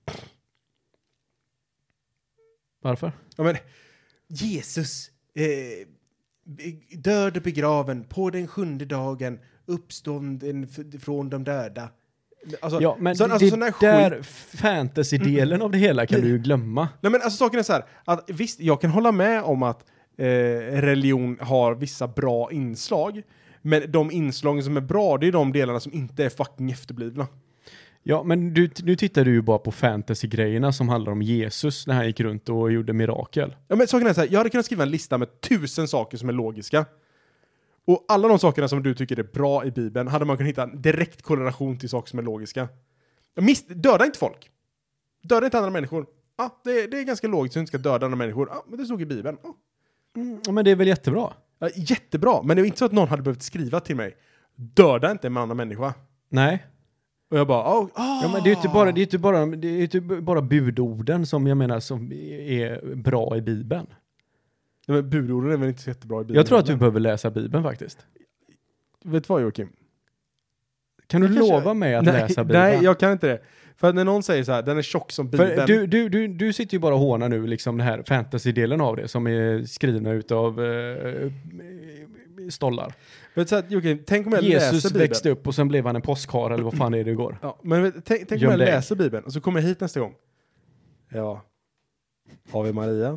Varför? Ja, men Jesus eh, död och begraven på den sjunde dagen, uppstånden f- från de döda. Alltså, ja, men så, det, alltså, det där fantasy-delen mm. av det hela kan du ju glömma. Nej, men alltså saken är så här, att visst, jag kan hålla med om att eh, religion har vissa bra inslag, men de inslagen som är bra, det är de delarna som inte är fucking efterblivna. Ja, men du, nu tittar du ju bara på fantasy-grejerna som handlar om Jesus när han gick runt och gjorde mirakel. Ja, men saken är så här, jag hade kunnat skriva en lista med tusen saker som är logiska. Och alla de sakerna som du tycker är bra i Bibeln hade man kunnat hitta en direkt korrelation till saker som är logiska. Mist, döda inte folk. Döda inte andra människor. Ja, ah, det, det är ganska logiskt att du inte ska döda andra människor. Ja, ah, men det stod i Bibeln. Ah. Mm, men det är väl jättebra? Ja, jättebra, men det är inte så att någon hade behövt skriva till mig. Döda inte en annan människa. Nej. Och jag bara, oh, oh. Ja, men det är ju inte bara, det är inte bara, det är inte bara budorden som jag menar som är bra i Bibeln. Ja, men budorden är väl inte så jättebra i Bibeln. Jag tror att du behöver läsa Bibeln faktiskt. Vet du vad, Joakim? Kan du jag lova kanske... mig att nej, läsa Bibeln? Nej, jag kan inte det. För att när någon säger så här, den är tjock som Bibeln. För du, du, du, du sitter ju bara och hånar nu liksom den här fantasy-delen av det som är skrivna utav eh, stollar. Men så att, Joakim, tänk om jag Jesus läser Bibeln. växte upp och sen blev han en påskhare eller vad fan är det igår? Ja, men vet, tänk, tänk om jag läser Bibeln och så kommer jag hit nästa gång. Ja. Har vi Maria?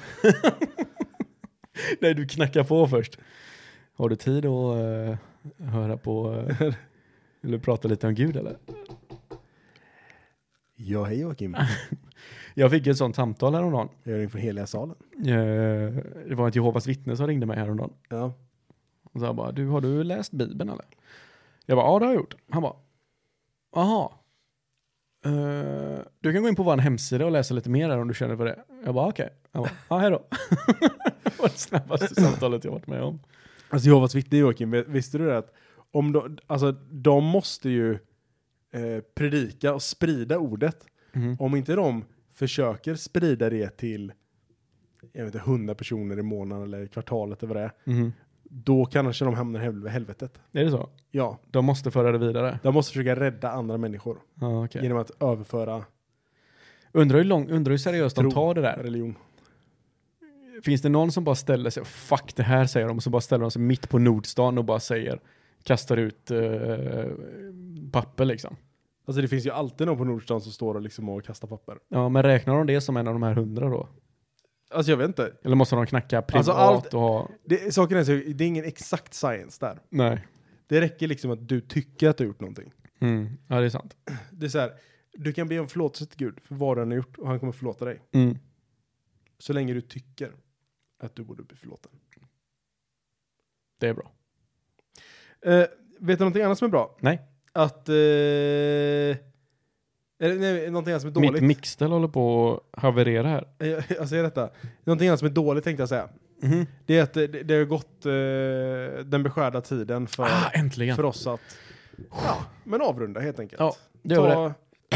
Nej, du knackar på först. Har du tid att uh, höra på uh, eller prata lite om Gud eller? Ja, hej Joakim. Jag fick ett sånt samtal häromdagen. Jag är inför heliga salen. Uh, det var ett Jehovas vittne som ringde mig häromdagen. Ja. Och så jag bara, du, har du läst Bibeln eller? Jag bara, ja det har jag gjort. Han bara, aha. Uh, du kan gå in på vår hemsida och läsa lite mer där om du känner för det. Jag bara, okej. Okay. Han bara, ja hej då. Det var det snabbaste samtalet jag varit med om. Alltså Jehovas vittne, Joakim, visste du det att om de, alltså, de måste ju eh, predika och sprida ordet. Mm. Om inte de försöker sprida det till jag vet inte, hundra personer i månaden eller i kvartalet eller vad det är. Mm. Då kanske de hamnar i helvetet. Är det så? Ja. De måste föra det vidare? De måste försöka rädda andra människor. Ah, okay. Genom att överföra undrar hur, lång, undrar hur seriöst tro, de tar det där. Religion. Finns det någon som bara ställer sig, fuck det här säger de, och så bara ställer de sig mitt på Nordstan och bara säger, kastar ut uh, papper liksom? Alltså det finns ju alltid någon på Nordstan som står och, liksom och kastar papper. Ja, men räknar de det som en av de här hundra då? Alltså jag vet inte. Eller måste de knacka privat alltså allt, och ha... Det, saken är så, det är ingen exakt science där. Nej. Det räcker liksom att du tycker att du har gjort någonting. Mm. Ja, det är sant. Det är så här, du kan be om förlåtelse till Gud för vad han har gjort och han kommer förlåta dig. Mm. Så länge du tycker att du borde bli förlåten. Det är bra. Uh, vet du någonting annat som är bra? Nej. Att... Uh, eller nej, någonting annat som är dåligt. Mitt mixtel håller på att haverera här. Jag säger detta. Någonting annat som är dåligt tänkte jag säga. Mm-hmm. Det är att det, det har gått uh, den beskärda tiden för, ah, äntligen. för oss att ja, men avrunda helt enkelt. Ja, det gör ta, det.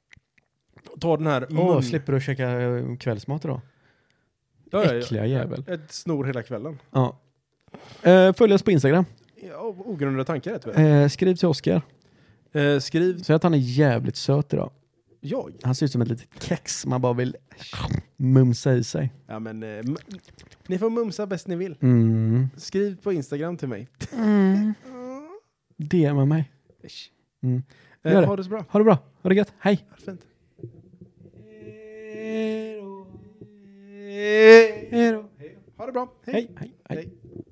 Ta den här... Åh, oh, slipper du käka kvällsmat idag? Ja, äckliga ja, jävel. Ett snor hela kvällen. Ja. Uh, följ oss på Instagram. Ja, ogrundade tankar rätt väl? Uh, skriv till Oskar. Uh, skriv. Så att han är jävligt söt idag. Jag? Han ser ut som ett litet kex. Man bara vill mumsa i sig. Ja, men uh, m- ni får mumsa bäst ni vill. Mm. Skriv på Instagram till mig. Mm. D M mig. Mm. Uh, ha det så bra. Ha det bra. Ha det gött. Hej. Ha det fint. Hej då. Ha det bra. Hej. Hej. Hej. Hej. Hej.